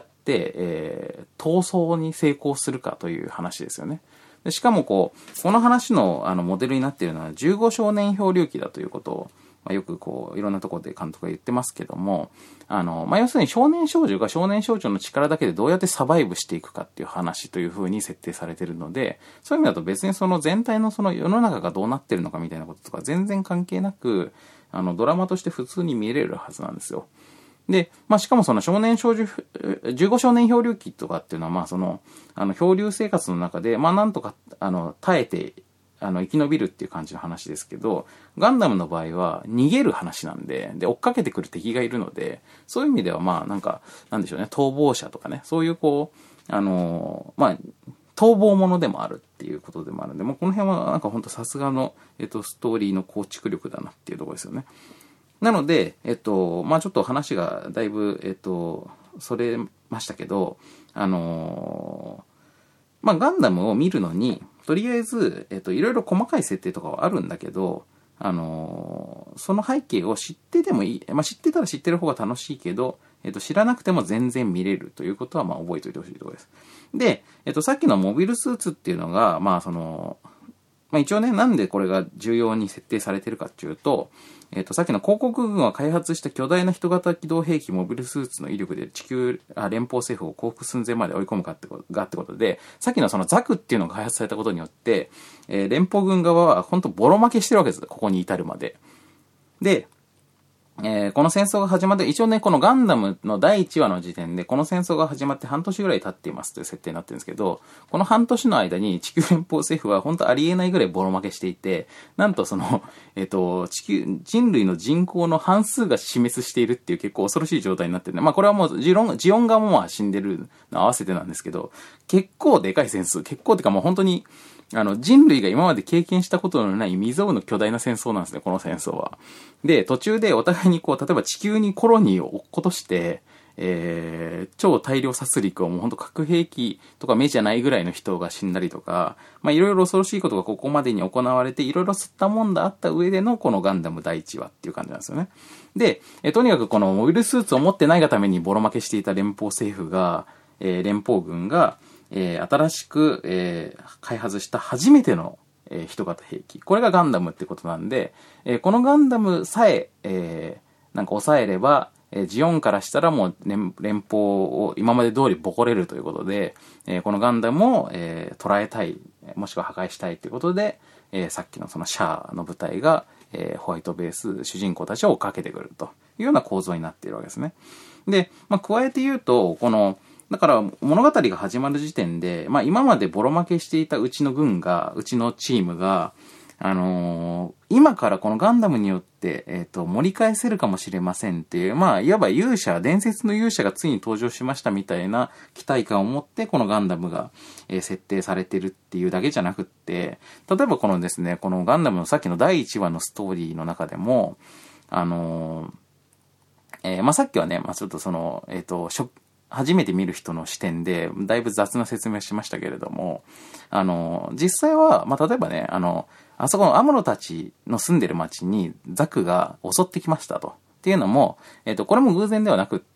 えー、逃走に成功するかという話ですよね。でしかもこう、この話のあのモデルになっているのはじゅうご少年漂流記だということを、まあ、よくこういろんなところで監督が言ってますけども、あの、まあ、要するに少年少女が少年少女の力だけでどうやってサバイブしていくかっていう話という風に設定されているので、そういう意味だと別にその全体のその世の中がどうなってるのかみたいなこととか全然関係なく、あのドラマとして普通に見れるはずなんですよ。で、まあ、しかもその少年少女、じゅうご少年漂流記とかっていうのは、まあ、その、あの、漂流生活の中で、まあ、なんとか、あの、耐えて、あの、生き延びるっていう感じの話ですけど、ガンダムの場合は逃げる話なんで、で、追っかけてくる敵がいるので、そういう意味ではまあ、なんか、なんでしょうね、逃亡者とかね、そういうこう、あの、まあ、逃亡者でもあるっていうことでもあるんで、もうこの辺はなんか本当さすがの、えっと、ストーリーの構築力だなっていうところですよね。なので、えっと、まあちょっと話がだいぶ、えっと、それましたけど、あのー、まあガンダムを見るのに、とりあえず、えっと、いろいろ細かい設定とかはあるんだけど、あのー、その背景を知ってでもいい、まあ知ってたら知ってる方が楽しいけど、えっと、知らなくても全然見れるということは、まあ覚えておいてほしいところです。で、えっと、さっきのモビルスーツっていうのが、まあその、まあ一応ね、なんでこれが重要に設定されてるかっていうと、えっと、さっきの広告軍が開発した巨大な人型機動兵器モビルスーツの威力で地球、あ連邦政府を降伏寸前まで追い込むかってことがってことで、さっきのそのザクっていうのが開発されたことによって、えー、連邦軍側は本当ボロ負けしてるわけです。ここに至るまで。で、えー、この戦争が始まって、一応ね、このガンダムのだいいちわの時点で、この戦争が始まって半年ぐらい経っていますという設定になってるんですけど、この半年の間に地球連邦政府は本当ありえないぐらいボロ負けしていて、なんとその、えっと、地球、人類の人口の半数が死滅しているっていう結構恐ろしい状態になってるね。まあこれはもう、ジオン、ジオン側もまあ死んでるの合わせてなんですけど、結構でかい戦争、結構ってかもう本当に、あの、人類が今まで経験したことのない未曾有の巨大な戦争なんですね、この戦争は。で、途中でお互いにこう、例えば地球にコロニーを落っことして、えー、超大量殺戮をもうほんと核兵器とか目じゃないぐらいの人が死んだりとか、まあいろいろ恐ろしいことがここまでに行われて、いろいろ吸ったもんだあった上でのこのガンダムだいいちわっていう感じなんですよね。で、えとにかくこのモビルスーツを持ってないがためにボロ負けしていた連邦政府が、えー、連邦軍が、えー、新しく、えー、開発した初めての、えー、人型兵器。これがガンダムってことなんで、えー、このガンダムさえ、えー、なんか抑えれば、えー、ジオンからしたらもう連、連邦を今まで通りボコれるということで、えー、このガンダムを、えー、捉えたい、もしくは破壊したいということで、えー、さっきのそのシャアの部隊が、えー、ホワイトベース、主人公たちを追っかけてくるというような構造になっているわけですね。で、まあ、加えて言うと、この、だから物語が始まる時点で、まあ今までボロ負けしていたうちの軍が、うちのチームが、あのー、今からこのガンダムによって、えっと、盛り返せるかもしれませんっていう、まあいわば勇者、伝説の勇者がついに登場しましたみたいな期待感を持ってこのガンダムが、えー、設定されてるっていうだけじゃなくって、例えばこのですね、このガンダムのさっきのだいいちわのストーリーの中でも、あのー、えー、まあさっきはね、まあちょっとその、えっと、初めて見る人の視点で、だいぶ雑な説明をしましたけれども、あの、実際は、まあ、例えばね、あの、あそこのアムロたちの住んでる町にザクが襲ってきましたと。っていうのも、えっと、これも偶然ではなくって、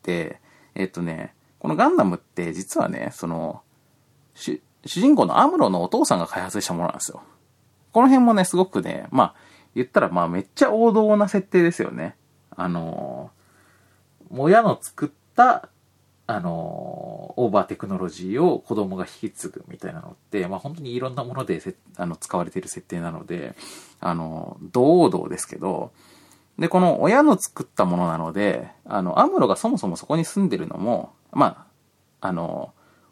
えっとね、このガンダムって実はね、その、主人公のアムロのお父さんが開発したものなんですよ。この辺もね、すごくね、まあ、言ったらまあめっちゃ王道な設定ですよね。あの、親の作った、あの、オーバーテクノロジーを子供が引き継ぐみたいなのって、まあ本当にいろんなものでせあの使われている設定なので、あの、堂々ですけど、で、この親の作ったものなので、あの、アムロがそもそもそこに住んでるのも、まあ、あの、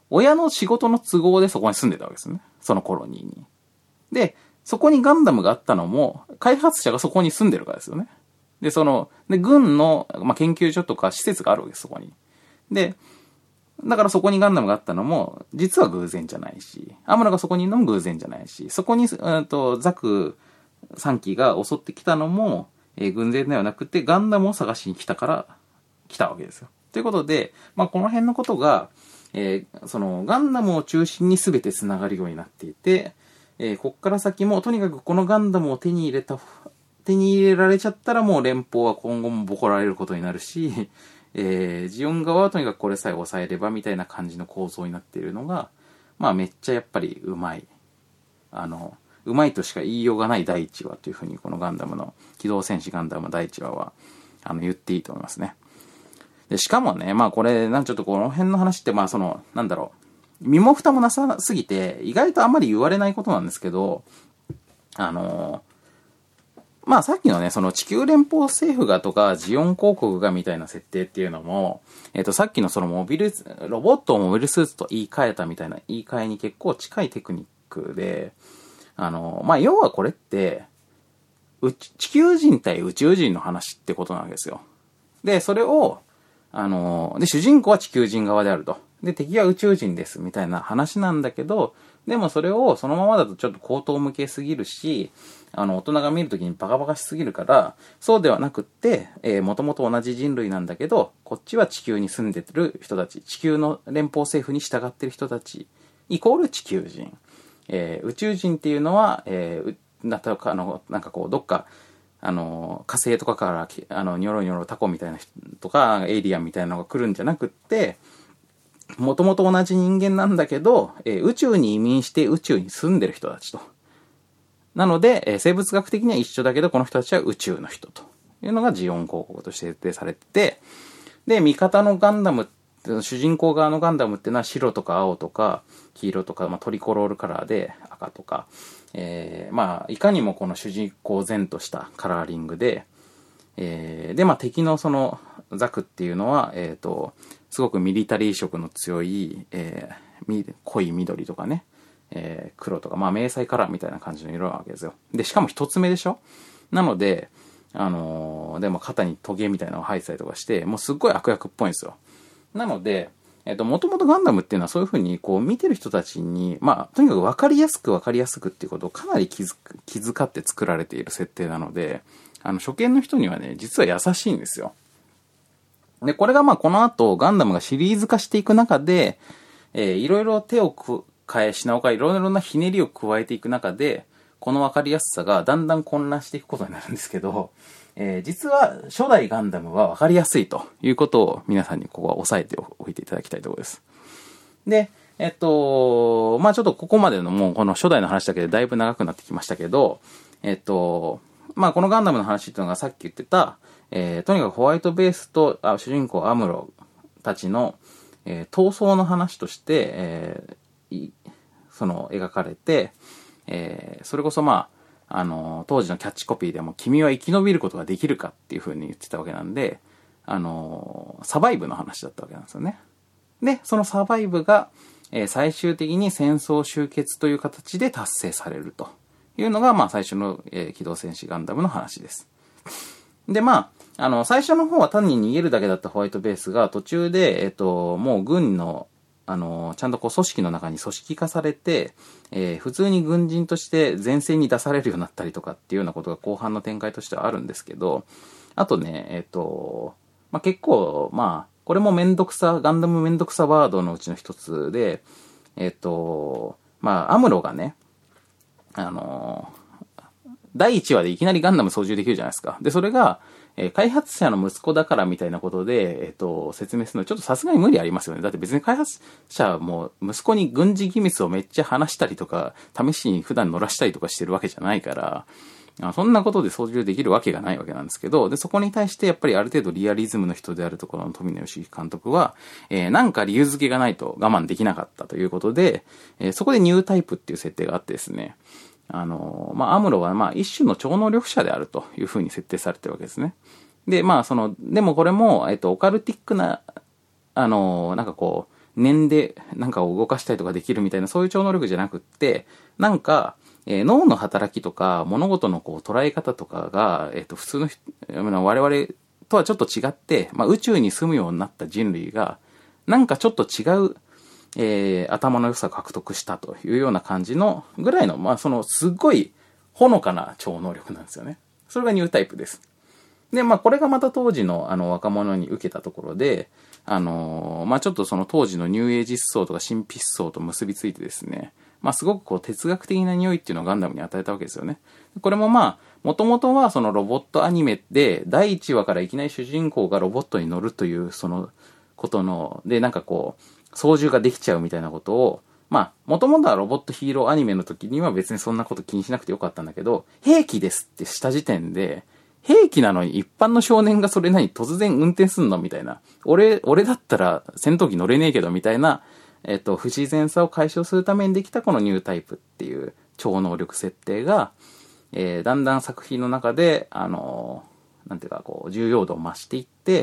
親の仕事の都合でそこに住んでたわけですね。そのコロニーに。で、そこにガンダムがあったのも、開発者がそこに住んでるからですよね。で、その、で、軍の、まあ、研究所とか施設があるわけです、そこに。で、だからそこにガンダムがあったのも、実は偶然じゃないし、アムロがそこにいるのも偶然じゃないし、そこに、うんと、ザクさんきが襲ってきたのも、えー、偶然ではなくて、ガンダムを探しに来たから、来たわけですよ。ということで、まあ、この辺のことが、えー、その、ガンダムを中心に全て繋がるようになっていて、えー、こっから先も、とにかくこのガンダムを手に入れた、手に入れられちゃったらもう連邦は今後もボコられることになるし、えー、ジオン側はとにかくこれさえ抑えればみたいな感じの構造になっているのが、まあめっちゃやっぱりうまい。あの、うまいとしか言いようがないだいいちわというふうにこのガンダムの、機動戦士ガンダムだいいちわは、あの、言っていいと思いますね。で、しかもね、まあこれ、なんちょっとこの辺の話って、まあその、なんだろう、身も蓋もなさすぎて、意外とあんまり言われないことなんですけど、あの、まあさっきのね、その地球連邦政府がとか、ジオン広告がみたいな設定っていうのも、えっとさっきのそのモビル、ロボットをモビルスーツと言い換えたみたいな言い換えに結構近いテクニックで、あの、まあ要はこれって、地球人対宇宙人の話ってことなわけですよ。で、それを、あの、で、主人公は地球人側であると。で、敵は宇宙人ですみたいな話なんだけど、でもそれをそのままだとちょっと口頭向けすぎるし、あの、大人が見るときにバカバカしすぎるから、そうではなくって、えー、もともと同じ人類なんだけど、こっちは地球に住んでる人たち、地球の連邦政府に従ってる人たち、イコール地球人。えー、宇宙人っていうのは、えー、なったか、あの、なんかこう、どっか、あの、火星とかから、あの、ニョロニョロタコみたいな人とか、エイリアンみたいなのが来るんじゃなくって、もともと同じ人間なんだけど、えー、宇宙に移民して宇宙に住んでる人たちと。なので、えー、生物学的には一緒だけど、この人たちは宇宙の人というのがジオン広告として設定されてて、で、味方のガンダム、主人公側のガンダムっていうのは白とか青とか黄色とか、まあ、トリコロールカラーで赤とか、えー、まあ、いかにもこの主人公前としたカラーリングで、えー、で、まあ、敵のそのザクっていうのは、えっと、すごくミリタリー色の強い、えー、濃い緑とかね、えー、黒とか、まあ、迷彩カラーみたいな感じの色なわけですよ。で、しかも一つ目でしょ？なので、あのー、でも肩にトゲみたいなのを生えてたりとかして、もうすっごい悪役っぽいんですよ。なので、えっと、もともとガンダムっていうのはそういう風に、こう、見てる人たちに、まあ、とにかく分かりやすく分かりやすくっていうことをかなり気づく、気遣って作られている設定なので、あの、初見の人にはね、実は優しいんですよ。で、これがまあ、この後、ガンダムがシリーズ化していく中で、えー、いろいろ手を変え、品を変え、いろいろなひねりを加えていく中で、この分かりやすさがだんだん混乱していくことになるんですけど、えー、実は初代ガンダムは分かりやすいということを皆さんにここは押さえておいていただきたいところです。で、えっと、まあちょっとここまでのもうこの初代の話だけでだいぶ長くなってきましたけど、えっと、まあこのガンダムの話っていうのがさっき言ってた、えー、とにかくホワイトベースとあ主人公アムロたちの、えー、闘争の話として、えー、その描かれて、えー、それこそまああの、当時のキャッチコピーでも、君は生き延びることができるかっていう風に言ってたわけなんで、あの、サバイブの話だったわけなんですよね。で、そのサバイブが、えー、最終的に戦争終結という形で達成されるというのが、まあ最初の、えー、機動戦士ガンダムの話です。で、まあ、あの、最初の方は単に逃げるだけだったホワイトベースが途中で、えっと、もう軍のあの、ちゃんとこう組織の中に組織化されて、えー、普通に軍人として前線に出されるようになったりとかっていうようなことが後半の展開としてはあるんですけど、あとね、えっと、まあ、結構、まあ、これもめんどくさ、ガンダムめんどくさワードのうちの一つで、えっと、まあ、アムロがね、あの、だいいちわでいきなりガンダム操縦できるじゃないですか。で、それが、えー、開発者の息子だからみたいなことで、えっと、説明するのちょっとさすがに無理ありますよね。だって別に開発者も息子に軍事機密をめっちゃ話したりとか、試しに普段乗らしたりとかしてるわけじゃないから、あそんなことで操縦できるわけがないわけなんですけど、で、そこに対してやっぱりある程度リアリズムの人であるところの富野義行監督は、えー、なんか理由付けがないと我慢できなかったということで、えー、そこでニュータイプっていう設定があってですね、あの、まあ、アムロは、まあ、一種の超能力者であるというふうに設定されてるわけですね。で、まあ、その、でもこれも、えっと、オカルティックな、あの、なんかこう、 念でなんかを動かしたりとかできるみたいな、そういう超能力じゃなくって、なんか、えー、脳の働きとか、物事のこう捉え方とかが、えっと、普通の人、我々とはちょっと違って、まあ、宇宙に住むようになった人類が、なんかちょっと違う、えー、頭の良さを獲得したというような感じのぐらいの、まあ、その、すっごい、ほのかな超能力なんですよね。それがニュータイプです。で、まあ、これがまた当時の、あの、若者に受けたところで、あのー、まあ、ちょっとその当時のニューエイジ思想とか神秘思想と結びついてですね、まあ、すごくこう哲学的な匂いっていうのをガンダムに与えたわけですよね。これもまあ、もともとはそのロボットアニメで、だいいちわからいきなり主人公がロボットに乗るという、そのことの、で、なんかこう、操縦ができちゃうみたいなことを、まあ、もともとはロボットヒーローアニメの時には別にそんなこと気にしなくてよかったんだけど、兵器ですってした時点で、兵器なのに一般の少年がそれ何突然運転すんのみたいな。俺、俺だったら戦闘機乗れねえけどみたいな、えっと、不自然さを解消するためにできたこのニュータイプっていう超能力設定が、えー、だんだん作品の中で、あのー、なんていうか、こう、重要度を増していって、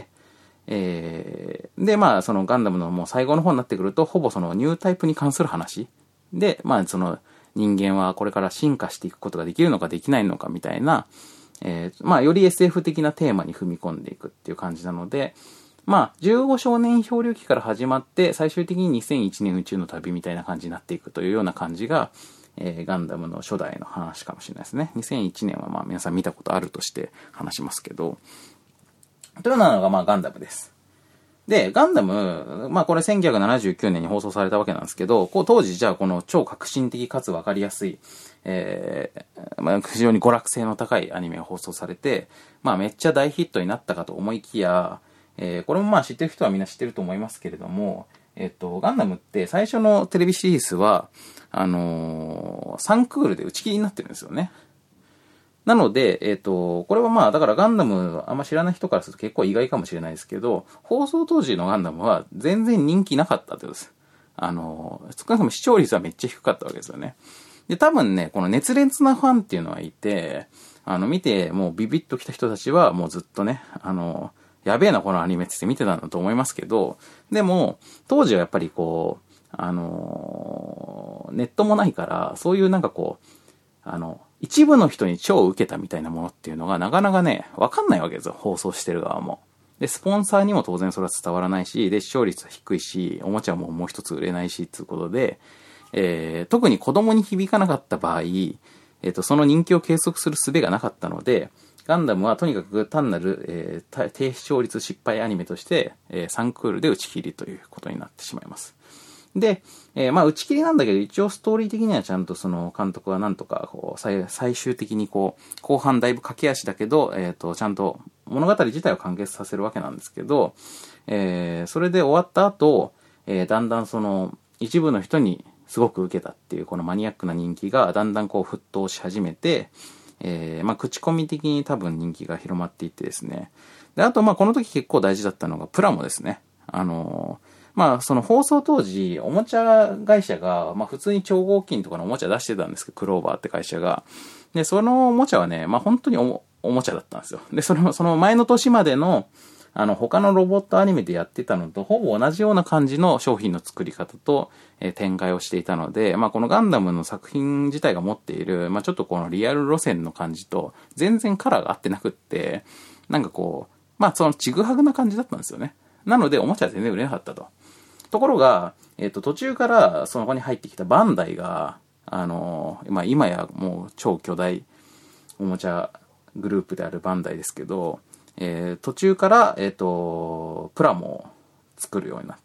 えー、で、まあ、そのガンダムのもう最後の方になってくると、ほぼそのニュータイプに関する話で、まあ、その人間はこれから進化していくことができるのかできないのかみたいな、えー、まあ、より エスエフ 的なテーマに踏み込んでいくっていう感じなので、まあ、じゅうご少年漂流記から始まって、最終的ににせんいちねん宇宙の旅みたいな感じになっていくというような感じが、えー、ガンダムの初代の話かもしれないですね。にせんいちねんはまあ皆さん見たことあるとして話しますけど、というようなのがまあガンダムです。で、ガンダム、まあこれせんきゅうひゃくななじゅうきゅうねんに放送されたわけなんですけど、こう当時じゃあこの超革新的かつわかりやすい、えー、まあ非常に娯楽性の高いアニメが放送されて、まあめっちゃ大ヒットになったかと思いきや、えー、これもまあ知ってる人はみんな知ってると思いますけれども、えっと、ガンダムって最初のテレビシリーズは、あのー、さんクールで打ち切りになってるんですよね。なので、えっと、これはまあ、だからガンダムあんま知らない人からすると結構意外かもしれないですけど、放送当時のガンダムは全然人気なかったってことです。あの、少なくとも視聴率はめっちゃ低かったわけですよね。で、多分ね、この熱烈なファンっていうのはいて、あの、見てもうビビッと来た人たちはもうずっとね、あの、やべえなこのアニメって見てたんだと思いますけど、でも、当時はやっぱりこう、あの、ネットもないから、そういうなんかこう、あの、一部の人に超受けたみたいなものっていうのがなかなかね、わかんないわけですよ、放送してる側も。で、スポンサーにも当然それは伝わらないし、で、視聴率は低いし、おもちゃももう一つ売れないし、っていうことで、えー、特に子供に響かなかった場合、えっと、その人気を計測する術がなかったので、ガンダムはとにかく単なる、えー、低視聴率失敗アニメとして、えー、さんクールで打ち切りということになってしまいます。で、えー、まあ打ち切りなんだけど、一応ストーリー的にはちゃんとその監督はなんとかこう 最, 最終的にこう後半だいぶ駆け足だけど、えっとちゃんと物語自体を完結させるわけなんですけど、えー、それで終わった後、えー、だんだんその一部の人にすごく受けたっていうこのマニアックな人気がだんだんこう沸騰し始めて、えー、まあ口コミ的に多分人気が広まっていってですね。で、あとまあこの時結構大事だったのがプラモですね。あのーまあ、その放送当時、おもちゃ会社が、まあ普通に超合金とかのおもちゃ出してたんですけど、クローバーって会社が。で、そのおもちゃはね、まあ本当に お, おもちゃだったんですよ。で、その、その前の年までの、あの、他のロボットアニメでやってたのと、ほぼ同じような感じの商品の作り方と、えー、展開をしていたので、まあこのガンダムの作品自体が持っている、まあちょっとこのリアル路線の感じと、全然カラーが合ってなくって、なんかこう、まあそのちぐはぐな感じだったんですよね。なので、おもちゃは全然売れなかったと。ところが、えっと、途中からその場に入ってきたバンダイが、あの、まあ、今やもう超巨大おもちゃグループであるバンダイですけど、えー、途中から、えっと、プラモを作るようになって、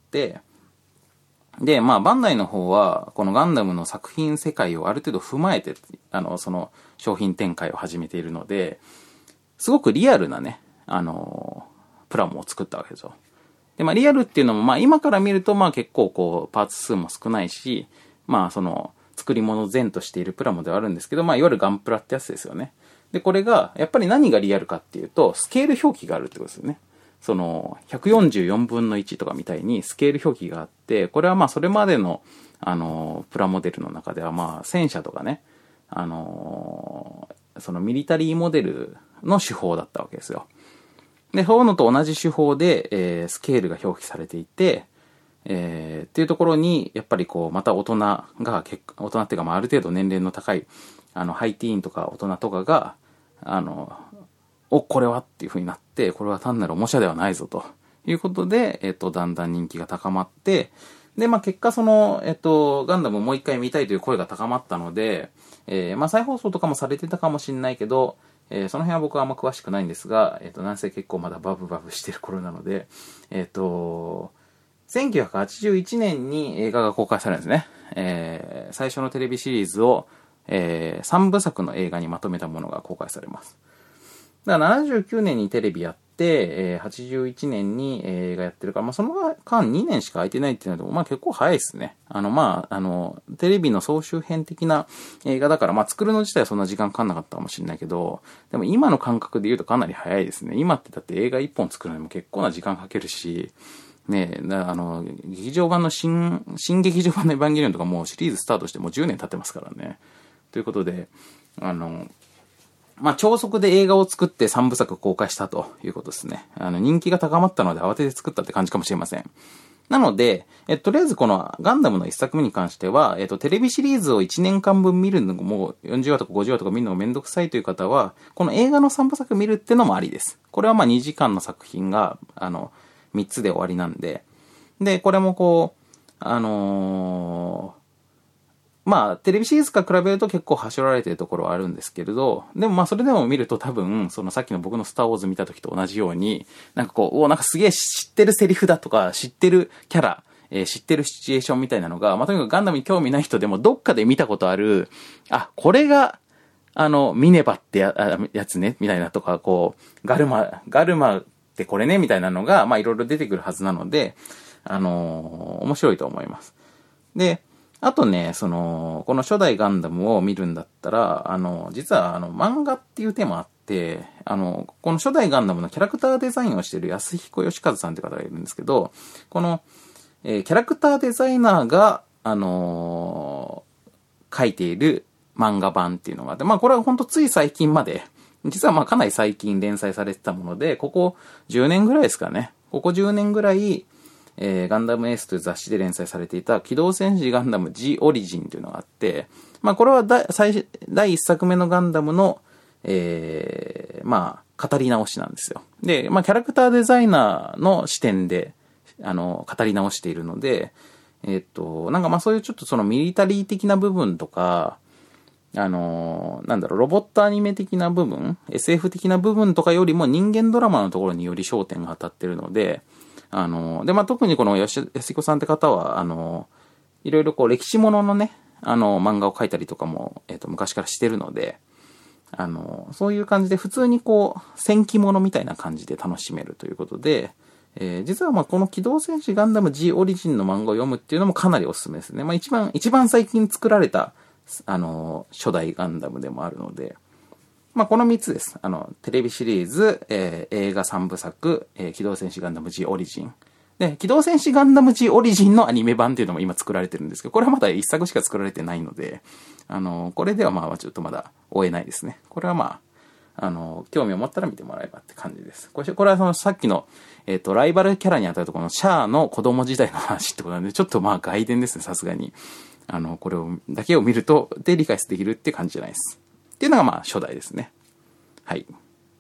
で、まあ、バンダイの方は、このガンダムの作品世界をある程度踏まえて、あの、その商品展開を始めているので、すごくリアルなね、あの、プラモを作ったわけですよ。で、まあ、リアルっていうのも、まあ、今から見ると、まあ、結構、こう、パーツ数も少ないし、まあ、その、作り物前としているプラモではあるんですけど、まあ、いわゆるガンプラってやつですよね。で、これが、やっぱり何がリアルかっていうと、スケール表記があるってことですよね。その、ひゃくよんじゅうよんぶんのいちとかみたいにスケール表記があって、これはまあ、それまでの、あの、プラモデルの中では、まあ、戦車とかね、あの、そのミリタリーモデルの手法だったわけですよ。で、そういうのと同じ手法で、えー、スケールが表記されていて、 えー、っていうところに、やっぱりこう、また大人が、大人っていうか、まあ、ある程度年齢の高い、あの、ハイティーンとか大人とかが、あの、お、これはっていう風になって、これは単なるおもちゃではないぞということで、えっと、だんだん人気が高まって、で、まあ、結果その、えっと、ガンダムをもう一回見たいという声が高まったので、えー、まあ、再放送とかもされてたかもしれないけど、えー、その辺は僕はあんま詳しくないんですが、えっと、なんせ結構まだバブバブしてる頃なので、えっと、せんきゅうひゃくはちじゅういちねんに映画が公開されるんですね。えー、最初のテレビシリーズを、えー、さんぶさくの映画にまとめたものが公開されます。だからななじゅうきゅうねんにテレビやって、えー、はちじゅういちねんに映画やってるから、まあその間にねんしか空いてないっていうので、まあ結構早いですね。あのまあ、あの、テレビの総集編的な映画だから、まあ作るの自体はそんな時間かかんなかったかもしれないけど、でも今の感覚で言うとかなり早いですね。今ってだって映画いっぽん作るのにも結構な時間かけるし、ねえ、あの、劇場版の新、新劇場版のエヴァンゲリオンとかもうシリーズスタートしてもうじゅうねん経ってますからね。ということで、あの、まあ、超速で映画を作ってさんぶさく公開したということですね。あの、人気が高まったので慌てて作ったって感じかもしれません。なので、えとりあえずこのガンダムの一作目に関しては、えっと、テレビシリーズをいちねんかんぶん見るのもよんじゅうわとかごじゅうわとか見るのがめんどくさいという方は、この映画のさんぶさく見るってのもありです。これはまあにじかんの作品が、あの、みっつで終わりなんで。で、これもこう、あのー、まあ、テレビシリーズから比べると結構走られてるところはあるんですけれど、でもまあそれでも見ると多分、そのさっきの僕のスターウォーズ見た時と同じように、なんかこう、おなんかすげえ知ってるセリフだとか、知ってるキャラ、えー、知ってるシチュエーションみたいなのが、まあとにかくガンダムに興味ない人でもどっかで見たことある、あ、これが、あの、ミネバってや、やつね、みたいなとか、こう、ガルマ、ガルマってこれね、みたいなのが、まあいろいろ出てくるはずなので、あのー、面白いと思います。で、あとね、その、この初代ガンダムを見るんだったら、あの、実はあの、漫画っていうテーマあって、あの、この初代ガンダムのキャラクターデザインをしている安彦義和さんって方がいるんですけど、この、えー、キャラクターデザイナーが、あのー、書いている漫画版っていうのがあって、まあこれはほんとつい最近まで、実はまあかなり最近連載されてたもので、ここじゅうねんぐらいですかね。ここじゅうねんぐらい、えー、ガンダムエースという雑誌で連載されていた機動戦士ガンダム G オリジンというのがあって、まあこれはだ最第一作目のガンダムの、えー、まあ語り直しなんですよ。で、まあキャラクターデザイナーの視点で、あの、語り直しているので、えー、っと、なんかまあそういうちょっとそのミリタリー的な部分とか、あの、なんだろう、ロボットアニメ的な部分、エスエフ 的な部分とかよりも人間ドラマのところにより焦点が当たっているので、あの、で、まあ、特にこの安彦さんって方は、あの、いろいろこう歴史もののね、あの、漫画を描いたりとかも、えっと、昔からしてるので、あの、そういう感じで普通にこう、戦記ものみたいな感じで楽しめるということで、えー、実はまあこの機動戦士ガンダム G オリジンの漫画を読むっていうのもかなりおすすめですね。まあ一番、一番最近作られた、あの、初代ガンダムでもあるので、まあ、このみっつです。あの、テレビシリーズ、えー、映画さんぶさく、えー、機動戦士ガンダム G オリジン。で、機動戦士ガンダム G オリジンのアニメ版っていうのも今作られてるんですけど、これはまだいっさくしか作られてないので、あの、これではまあちょっとまだ追えないですね。これはまあ、あの、興味を持ったら見てもらえばって感じです。これ、これはそのさっきの、えっと、ライバルキャラにあたるところのシャアの子供時代の話ってことなんで、ちょっとまあ外伝ですね、さすがに。あの、これを、だけを見ると、で理解できるって感じじゃないです。っていうのがまあ初代ですね。はい。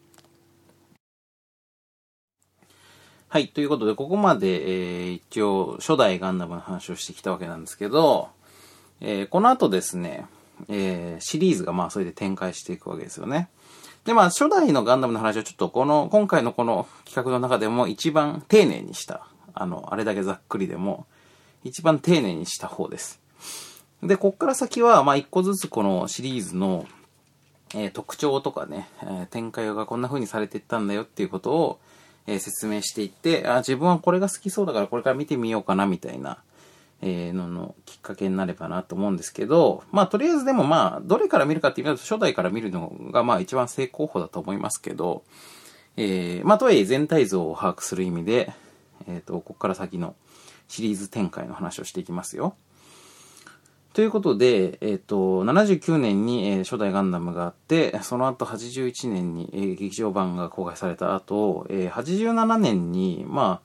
はい。ということで、ここまで、えー、一応、初代ガンダムの話をしてきたわけなんですけど、えー、この後ですね、えー、シリーズがまあ、それで展開していくわけですよね。で、まあ、初代のガンダムの話はちょっと、この、今回のこの企画の中でも一番丁寧にした、あの、あれだけざっくりでも、一番丁寧にした方です。で、こっから先は、まあ、一個ずつこのシリーズの、えー、特徴とかね、えー、展開がこんな風にされていったんだよっていうことを、えー、説明していって、あ、自分はこれが好きそうだからこれから見てみようかなみたいな、えー、ののきっかけになればなと思うんですけど、まあとりあえずでもまあ、どれから見るかっていうと初代から見るのがまあ一番正攻法だと思いますけど、えー、まあとはいえ全体像を把握する意味で、えっと、ここから先のシリーズ展開の話をしていきますよ。ということで、えっと、ななじゅうきゅうねんに、えー、初代ガンダムがあって、その後はちじゅういちねんに、えー、劇場版が公開された後、えー、はちじゅうななねんに、まあ、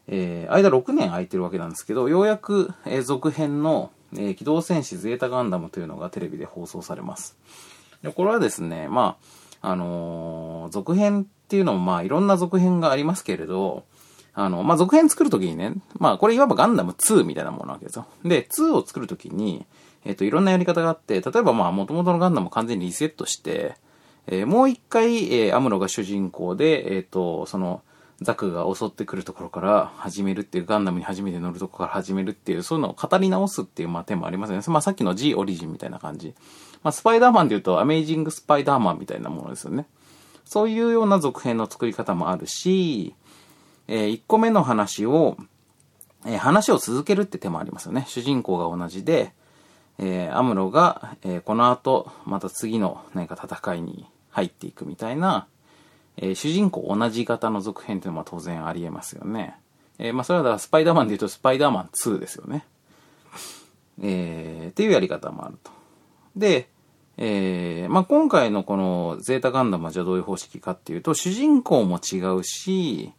えー、間ろくねん空いてるわけなんですけど、ようやく、えー、続編の、えー、機動戦士ゼータガンダムというのがテレビで放送されます。でこれはですね、まあ、あのー、続編っていうのもまあいろんな続編がありますけれど、あの、まあ、続編作るときにね、まあ、これいわばガンダムツーみたいなものなわけですよ。で、ツーを作るときに、えっと、いろんなやり方があって、例えばまあ、元々のガンダムを完全にリセットして、えー、もう一回、えー、アムロが主人公で、えっと、その、ザクが襲ってくるところから始めるっていう、ガンダムに初めて乗るところから始めるっていう、そういうのを語り直すっていう、まあ、点もありますよね。まあ、さっきの G オリジンみたいな感じ。まあ、スパイダーマンで言うと、アメイジングスパイダーマンみたいなものですよね。そういうような続編の作り方もあるし、えー、いっこめの話を、えー、話を続けるって手もありますよね。主人公が同じで、えー、アムロが、えー、この後、また次の何か戦いに入っていくみたいな、えー、主人公同じ型の続編っていうのは当然ありえますよね。えー、まあそれはだからスパイダーマンで言うとスパイダーマンツーですよね。えー、っていうやり方もあると。で、えー、まあ今回のこのゼータガンダムはじゃあどういう方式かっていうと、主人公も違うし、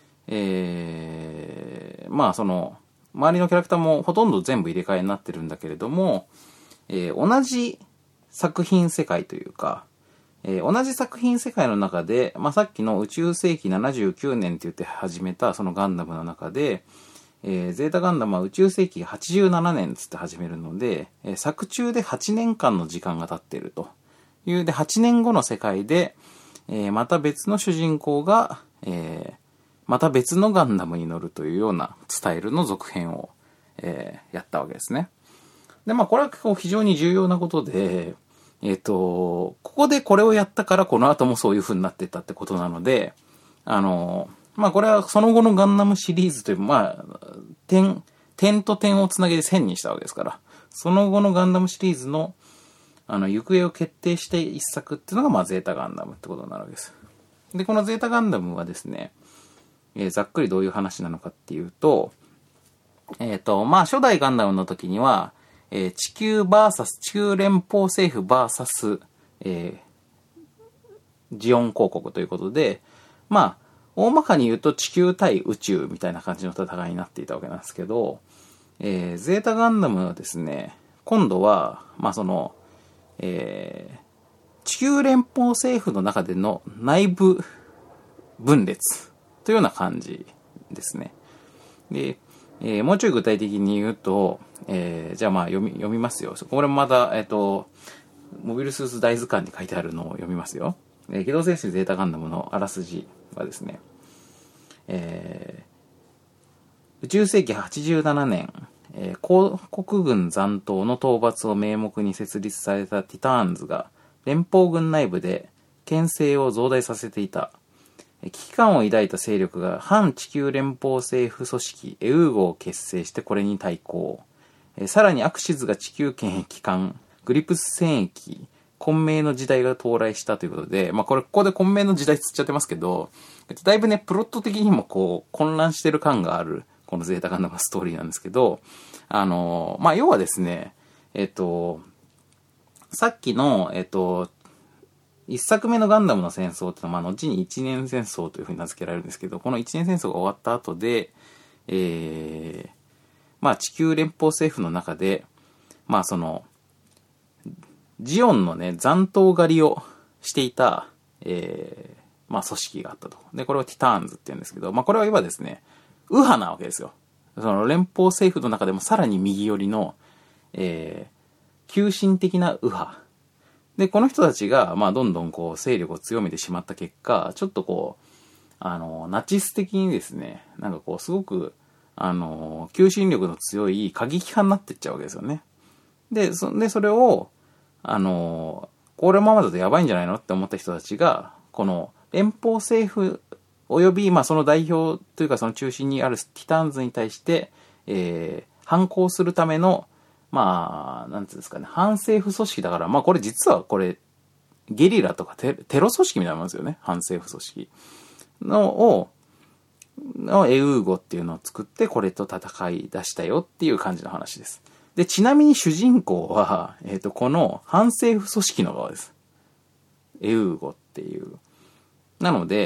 えー、まあその周りのキャラクターもほとんど全部入れ替えになってるんだけれども、えー、同じ作品世界というか、えー、同じ作品世界の中で、まあ、さっきの宇宙世紀ななじゅうきゅうねんって言って始めたそのガンダムの中で、えー、ゼータガンダムは宇宙世紀はちじゅうななねんつって始めるので、えー、作中ではちねんかんの時間が経っているという。で、はちねんごの世界で、えー、また別の主人公が、えーまた別のガンダムに乗るというようなスタイルの続編を、えー、やったわけですね。で、まあこれは結構非常に重要なことで、えっと、ここでこれをやったからこの後もそういう風になっていったってことなので、あの、まあこれはその後のガンダムシリーズという、まあ、点、点と点をつなげて線にしたわけですから、その後のガンダムシリーズの、あの、行方を決定して一作っていうのが、まあゼータガンダムってことになるわけです。で、このゼータガンダムはですね、えー、ざっくりどういう話なのかっていうと、えっと、まあ、初代ガンダムの時には、えー、地球 ブイエス 地球連邦政府 ブイエス、えー、ジオン公国ということで、まあ、大まかに言うと地球対宇宙みたいな感じの戦いになっていたわけなんですけど、えー、ゼータガンダムはですね、今度は、まあ、その、えー、地球連邦政府の中での内部分裂というような感じですね。で、えー、もうちょい具体的に言うと、えー、じゃあまあ読み、読みますよ。これもまた、えっと、モビルスーツ大図鑑に書いてあるのを読みますよ。えー、機動戦士ゼータガンダムのあらすじはですね、えー、宇宙世紀はちじゅうななねん、えー、皇国軍残党の討伐を名目に設立されたティターンズが連邦軍内部で権勢を増大させていた。危機感を抱いた勢力が反地球連邦政府組織エウーゴを結成してこれに対抗。さらにアクシズが地球権益艦グリプス戦役混迷の時代が到来したということで、まあこれここで混迷の時代つっちゃってますけど、だいぶねプロット的にもこう混乱してる感があるこのゼータガンダムストーリーなんですけど、あのまあ要はですね、えっとさっきのえっと一作目のガンダムの戦争ってのは、まあ、後に一年戦争というふうに名付けられるんですけど、この一年戦争が終わった後で、えー、まあ、地球連邦政府の中で、まあ、その、ジオンのね、残党狩りをしていた、えー、まあ、組織があったと。で、これをティターンズって言うんですけど、まあ、これは今ですね、右派なわけですよ。その連邦政府の中でもさらに右寄りの、えー、急進的な右派。で、この人たちが、まあ、どんどんこう、勢力を強めてしまった結果、ちょっとこう、あの、ナチス的にですね、なんかこう、すごく、あの、求心力の強い過激派になっていっちゃうわけですよね。で、そで、それを、あの、これままだとやばいんじゃないのって思った人たちが、この、連邦政府、及び、まあ、その代表というか、その中心にあるティターンズに対して、えー、反抗するための、まあ、なんていうんですかね、反政府組織だから、まあこれ実はこれ、ゲリラとかテ、テロ組織みたいなもんですよね。反政府組織のを、のエウーゴっていうのを作って、これと戦い出したよっていう感じの話です。で、ちなみに主人公は、えっと、この反政府組織の側です。エウーゴっていう。なので、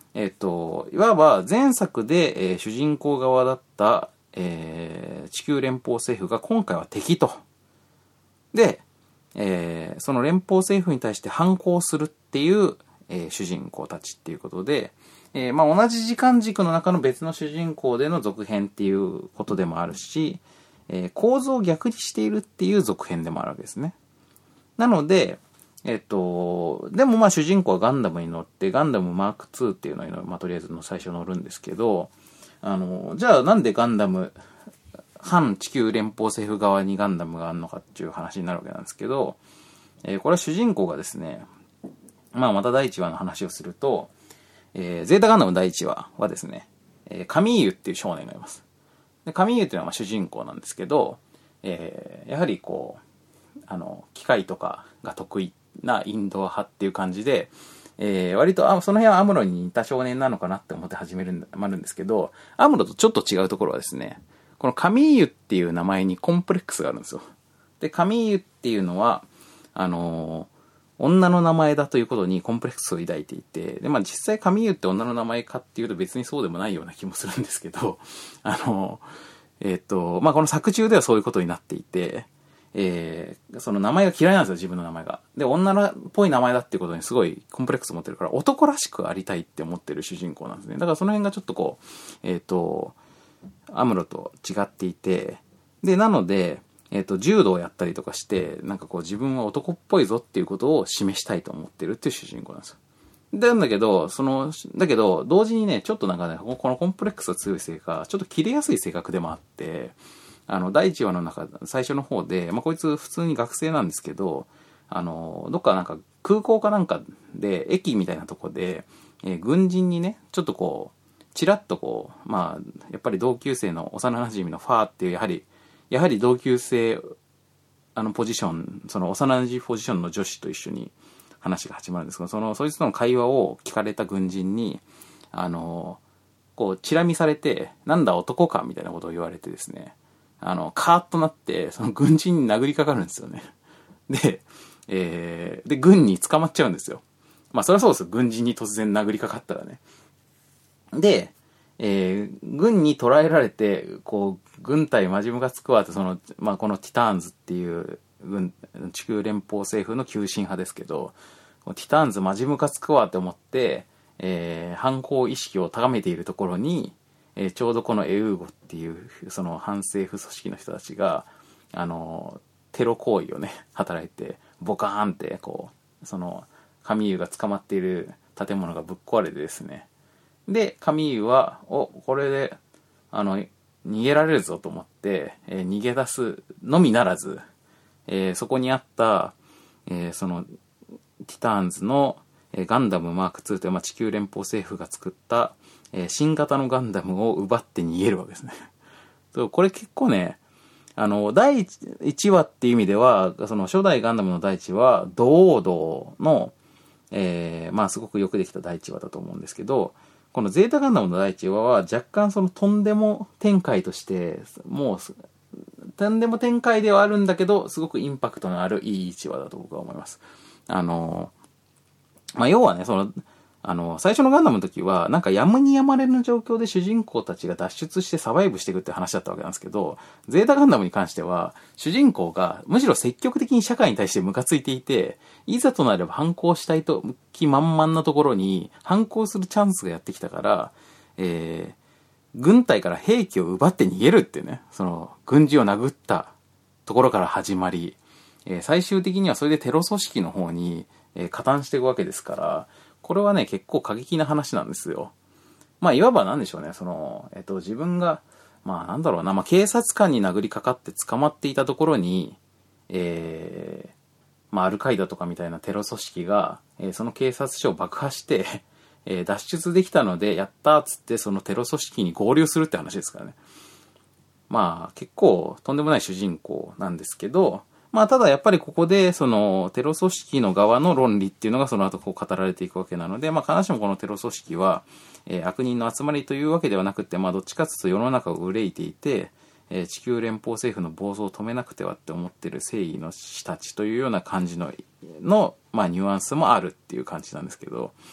えっと、いわば前作で、えー、主人公側だった、えー、地球連邦政府が今回は敵と。で、えー、その連邦政府に対して反抗するっていう、えー、主人公たちっていうことで、えー、まあ同じ時間軸の中の別の主人公での続編っていうことでもあるし、えー、構造を逆にしているっていう続編でもあるわけですね。なので、えっと、でもまあ主人公はガンダムに乗って、ガンダムマークツーっていうのに、まあとりあえずの最初乗るんですけど、あの、じゃあなんでガンダム、反地球連邦政府側にガンダムがあるのかっていう話になるわけなんですけど、えー、これは主人公がですね、まあまた第一話の話をすると、えー、ゼータガンダム第一話はですね、えー、カミーユっていう少年がいます。でカミーユっていうのはまあ主人公なんですけど、えー、やはりこう、あの、機械とかが得意なインドア派っていう感じで、えー、割とあその辺はアムロに似た少年なのかなって思って始めるんですけど、アムロとちょっと違うところはですね、このカミーユっていう名前にコンプレックスがあるんですよ。で、カミーユっていうのは、あのー、女の名前だということにコンプレックスを抱いていて、で、まあ実際カミーユって女の名前かっていうと別にそうでもないような気もするんですけど、あのー、えっと、まあこの作中ではそういうことになっていて、えー、その名前が嫌いなんですよ、自分の名前が。で、女のっぽい名前だっていうことにすごいコンプレックス持ってるから、男らしくありたいって思ってる主人公なんですね。だからその辺がちょっとこう、えっと、アムロと違っていて、で、なので、えっと、柔道をやったりとかして、なんかこう自分は男っぽいぞっていうことを示したいと思ってるっていう主人公なんですよ。なんだけど、その、だけど、同時にね、ちょっとなんかね、このコンプレックスが強いせいか、ちょっと切れやすい性格でもあって、あの、第一話の中、最初の方で、まあ、こいつ普通に学生なんですけど、あの、どっかなんか空港かなんかで、駅みたいなとこで、えー、軍人にね、ちょっとこう、ちらっとこう、まあ、やっぱり同級生の幼馴染のファーっていう、やはり、やはり同級生、あのポジション、その幼馴染ポジションの女子と一緒に話が始まるんですけど、その、そいつとの会話を聞かれた軍人に、あの、こう、チラ見されて、なんだ男かみたいなことを言われてですね、あの、カーッとなって、その軍人に殴りかかるんですよね。で、えー、で、軍に捕まっちゃうんですよ。まあ、そりゃそうですよ。軍人に突然殴りかかったらね。で、えー、軍に捕らえられて、こう、軍隊マジムカつくわって、その、まあ、このティターンズっていう軍、地球連邦政府の急進派ですけど、ティターンズマジムカつくわって思って、えー、反抗意識を高めているところに、えー、ちょうどこのエウーゴっていう、その反政府組織の人たちが、あの、テロ行為をね、働いて、ボカーンって、こう、その、カミーユが捕まっている建物がぶっ壊れてですね、で、カミーユは、お、これで、あの、逃げられるぞと思って、えー、逃げ出すのみならず、えー、そこにあった、えー、その、ティターンズの、えー、ガンダムマークツーという、まあ、地球連邦政府が作った、えー、新型のガンダムを奪って逃げるわけですね。そう、これ結構ね、あの、第一話っていう意味では、その初代ガンダムの第一話、堂々の、えー、まあすごくよくできた第一話だと思うんですけど、このゼータガンダムの第一話は若干そのとんでも展開として、もう、とんでも展開ではあるんだけど、すごくインパクトのあるいい一話だと僕は思います。あの、まあ要はね、その、あの、最初のガンダムの時は、なんかやむにやまれぬ状況で主人公たちが脱出してサバイブしていくって話だったわけなんですけど、ゼータガンダムに関しては、主人公がむしろ積極的に社会に対してムカついていて、いざとなれば反抗したいと気満々なところに反抗するチャンスがやってきたから、えー、軍隊から兵器を奪って逃げるってね、その、軍人を殴ったところから始まり、えー、最終的にはそれでテロ組織の方に、えー、加担していくわけですから、これはね、結構過激な話なんですよ。まあ、いわばなんでしょうね、その、えっと、自分が、まあ、なんだろうな、まあ、警察官に殴りかかって捕まっていたところに、えー、まあ、アルカイダとかみたいなテロ組織が、えー、その警察署を爆破して、えー、脱出できたので、やったーっつって、そのテロ組織に合流するって話ですからね。まあ、結構、とんでもない主人公なんですけど、まあ、ただやっぱりここで、その、テロ組織の側の論理っていうのがその後こう語られていくわけなので、まあ、必ずしもこのテロ組織は、えー、悪人の集まりというわけではなくて、まあ、どっちかというと世の中を憂いていて、えー、地球連邦政府の暴走を止めなくてはって思ってる正義の人たちというような感じの、の、まあ、ニュアンスもあるっていう感じなんですけど、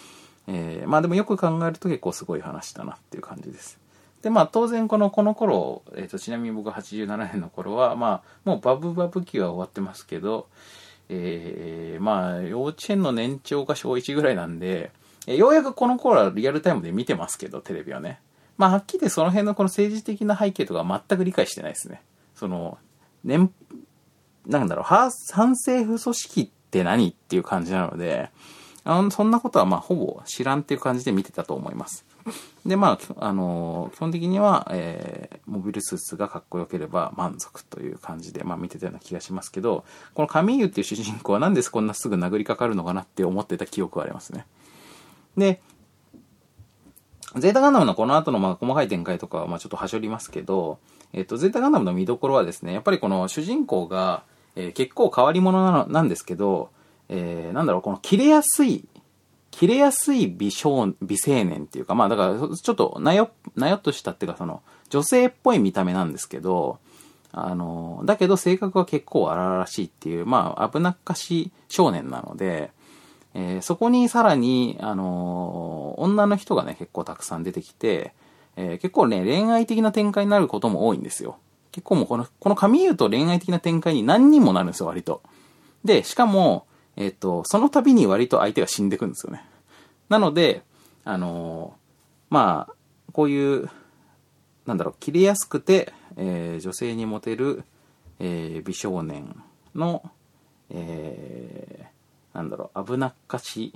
えー、まあでもよく考えると結構すごい話だなっていう感じです。で、まあ当然この、この頃、えっと、ちなみに僕はちじゅうななねんの頃は、まあもうバブバブ期は終わってますけど、えー、まあ幼稚園の年長が小いちぐらいなんで、えー、ようやくこの頃はリアルタイムで見てますけど、テレビはね。まあはっきり言ってその辺のこの政治的な背景とかは全く理解してないですね。その、年、なんだろう、反政府組織って何っていう感じなので、あのそんなことはまあほぼ知らんっていう感じで見てたと思います。で、まあ、あのー、基本的には、えー、モビルスーツがかっこよければ満足という感じで、まあ見てたような気がしますけど、このカミーユっていう主人公はなんでこんなすぐ殴りかかるのかなって思ってた記憶はありますね。で、ゼータガンダムのこの後のまあ細かい展開とかはまあちょっとはしょりますけど、えっと、ゼータガンダムの見どころはですね、やっぱりこの主人公が、えー、結構変わり者なのなんですけど、えー、なんだろう、この切れやすい、切れやすい美少、美青年っていうか、まあだからちょっとなよ、なよっとしたっていうかその女性っぽい見た目なんですけど、あの、だけど性格は結構荒々しいっていう、まあ危なっかしい少年なので、えー、そこにさらに、あのー、女の人がね結構たくさん出てきて、えー、結構ね恋愛的な展開になることも多いんですよ。結構もうこの、このカミーユと恋愛的な展開に何人もなるんですよ、割と。で、しかも、えっと、その度に割と相手が死んでくんですよね。なので、あのー、まあ、こういう、なんだろう、切れやすくて、えー、女性にモテる、えー、美少年の、えー、なんだろう、危なっかし、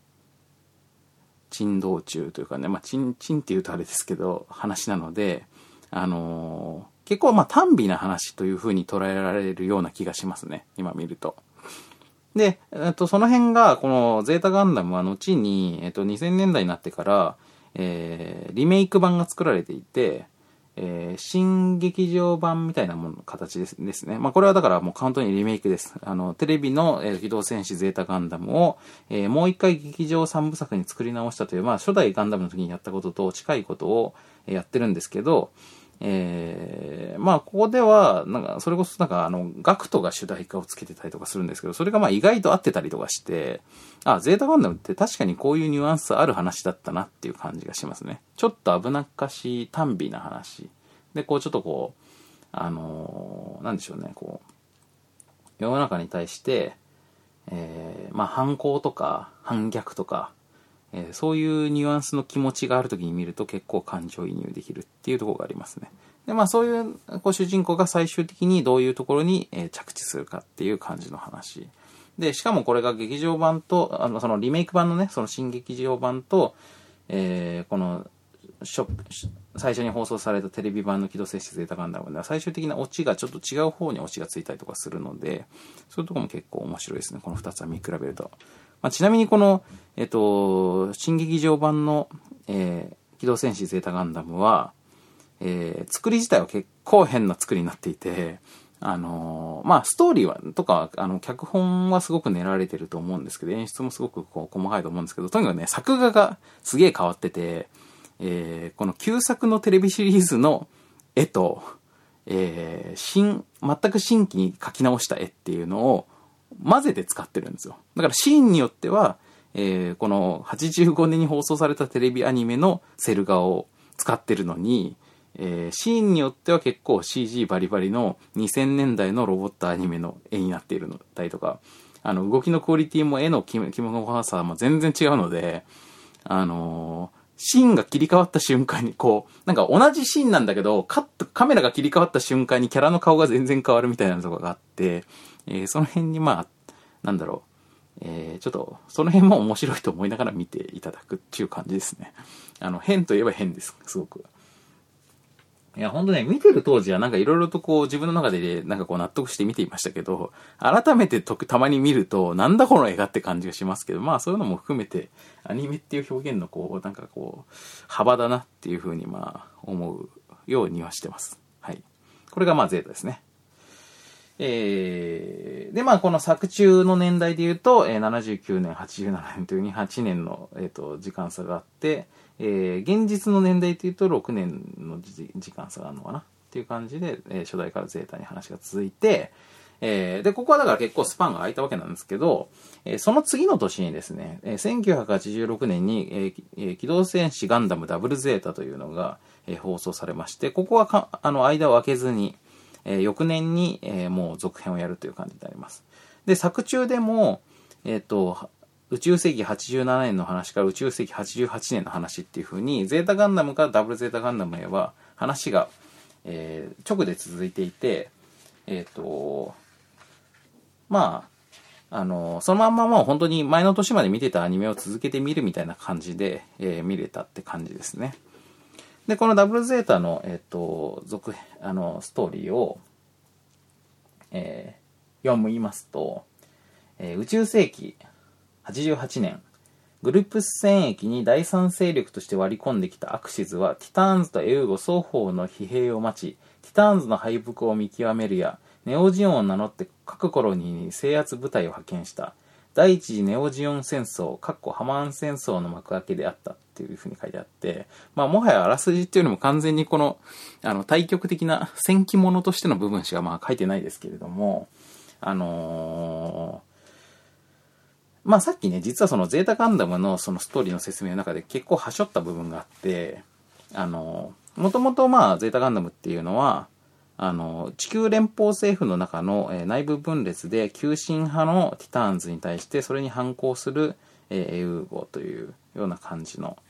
珍道中というかね、まあ、チンチンって言うとあれですけど、話なので、あのー、結構まあ、短美な話という風に捉えられるような気がしますね、今見ると。で、えっと、その辺が、このゼータガンダムは後に、えっと、にせんねんだいになってから、えー、リメイク版が作られていて、えー、新劇場版みたいなものの形ですですね。まあ、これはだからもう完全にリメイクです。あの、テレビの、えー、機動戦士ゼータガンダムを、えー、もう一回劇場三部作に作り直したという、まあ、初代ガンダムの時にやったことと近いことをやってるんですけど、えー、まあ、ここでは、なんか、それこそなんか、あの、ガクトが主題歌をつけてたりとかするんですけど、それがまあ意外と合ってたりとかして、あ、ゼータガンダムって確かにこういうニュアンスある話だったなっていう感じがしますね。ちょっと危なっかしい、短美な話。で、こう、ちょっとこう、あのー、なんでしょうね、こう、世の中に対して、えー、まあ、反抗とか、反逆とか、えー、そういうニュアンスの気持ちがあるときに見ると結構感情移入できるっていうところがありますね。で、まあそういうこう主人公が最終的にどういうところに、えー、着地するかっていう感じの話。で、しかもこれが劇場版と、あの、そのリメイク版のね、その新劇場版と、えー、この、ショ最初に放送されたテレビ版の機動戦士ゼータガンダムでは最終的なオチがちょっと違う方にオチがついたりとかするので、そういうところも結構面白いですね。この二つは見比べると。まあ、ちなみにこの、えっと、新劇場版の、えー、機動戦士ゼータガンダムは、えー、作り自体は結構変な作りになっていて、あのー、まあ、ストーリーは、とか、あの、脚本はすごく練られてると思うんですけど、演出もすごくこう細かいと思うんですけど、とにかくね、作画がすげえ変わってて、えー、この旧作のテレビシリーズの絵と、えー、新、全く新規に描き直した絵っていうのを混ぜて使ってるんですよ。だからシーンによっては、えー、このはちじゅうごねんに放送されたテレビアニメのセル画を使ってるのに、えー、シーンによっては結構 シージー バリバリのにせんねんだいのロボットアニメの絵になっているのだったりとか、あの動きのクオリティも絵のキモ細さも全然違うので、あのー、シーンが切り替わった瞬間にこう、なんか同じシーンなんだけど、カット、カメラが切り替わった瞬間にキャラの顔が全然変わるみたいなところがあって、えー、その辺にまあ、なんだろう、えー、ちょっと、その辺も面白いと思いながら見ていただくっていう感じですね。あの、変といえば変です、すごく。いや、ほんとね、見てる当時はなんかいろいろとこう自分の中でなんかこう納得して見ていましたけど、改めてとたまに見ると、なんだこの映画って感じがしますけど、まあそういうのも含めて、アニメっていう表現のこう、なんかこう、幅だなっていうふうにまあ思うようにはしてます。はい。これがまあゼータですね。えー、で、まあ、この作中の年代で言うと、えー、ななじゅうきゅうねん、はちじゅうななねんというにはちねんの、えー、と時間差があって、えー、現実の年代で言うとろくねんの時間差があるのかなっていう感じで、えー、初代からゼータに話が続いて、 えー、で、ここはだから結構スパンが空いたわけなんですけど、えー、その次の年にですね、えー、せんきゅうひゃくはちじゅうろくねんに、えーえー、機動戦士ガンダムダブルゼータというのが、えー、放送されまして、ここはかあの間を空けずに、えー、翌年に、えー、もう続編をやるという感じになります。で、作中でも、えっと、宇宙世紀はちじゅうななねんの話から宇宙世紀はちじゅうはちねんの話っていう風に、ゼータガンダムからダブルゼータガンダムへは話が、えー、直で続いていて、えっと、まあ、あの、そのまんまもう本当に前の年まで見てたアニメを続けて見るみたいな感じで、えー、見れたって感じですね。で、このダブルゼータの、えっと、続編、あの、ストーリーを、えー、読みますと、えー、宇宙世紀はちじゅうはちねん、グループス戦役に第三勢力として割り込んできたアクシズは、ティターンズとエウゴ双方の疲弊を待ち、ティターンズの敗北を見極めるや、ネオジオンを名乗って各コロニーに制圧部隊を派遣した。第一次ネオジオン戦争、かっこハマーン戦争の幕開けであったっていうふうに書いてあって、まあもはやあらすじっていうよりも完全にこの、あの対極的な戦記物としての部分しかまあ書いてないですけれども、あのー、まあさっきね、実はそのゼータガンダムのそのストーリーの説明の中で結構はしょった部分があって、あの、もともとまあゼータガンダムっていうのは、あの、地球連邦政府の中の、えー、内部分裂で急進派のティターンズに対してそれに反抗する、えー、エウーゴというような感じの、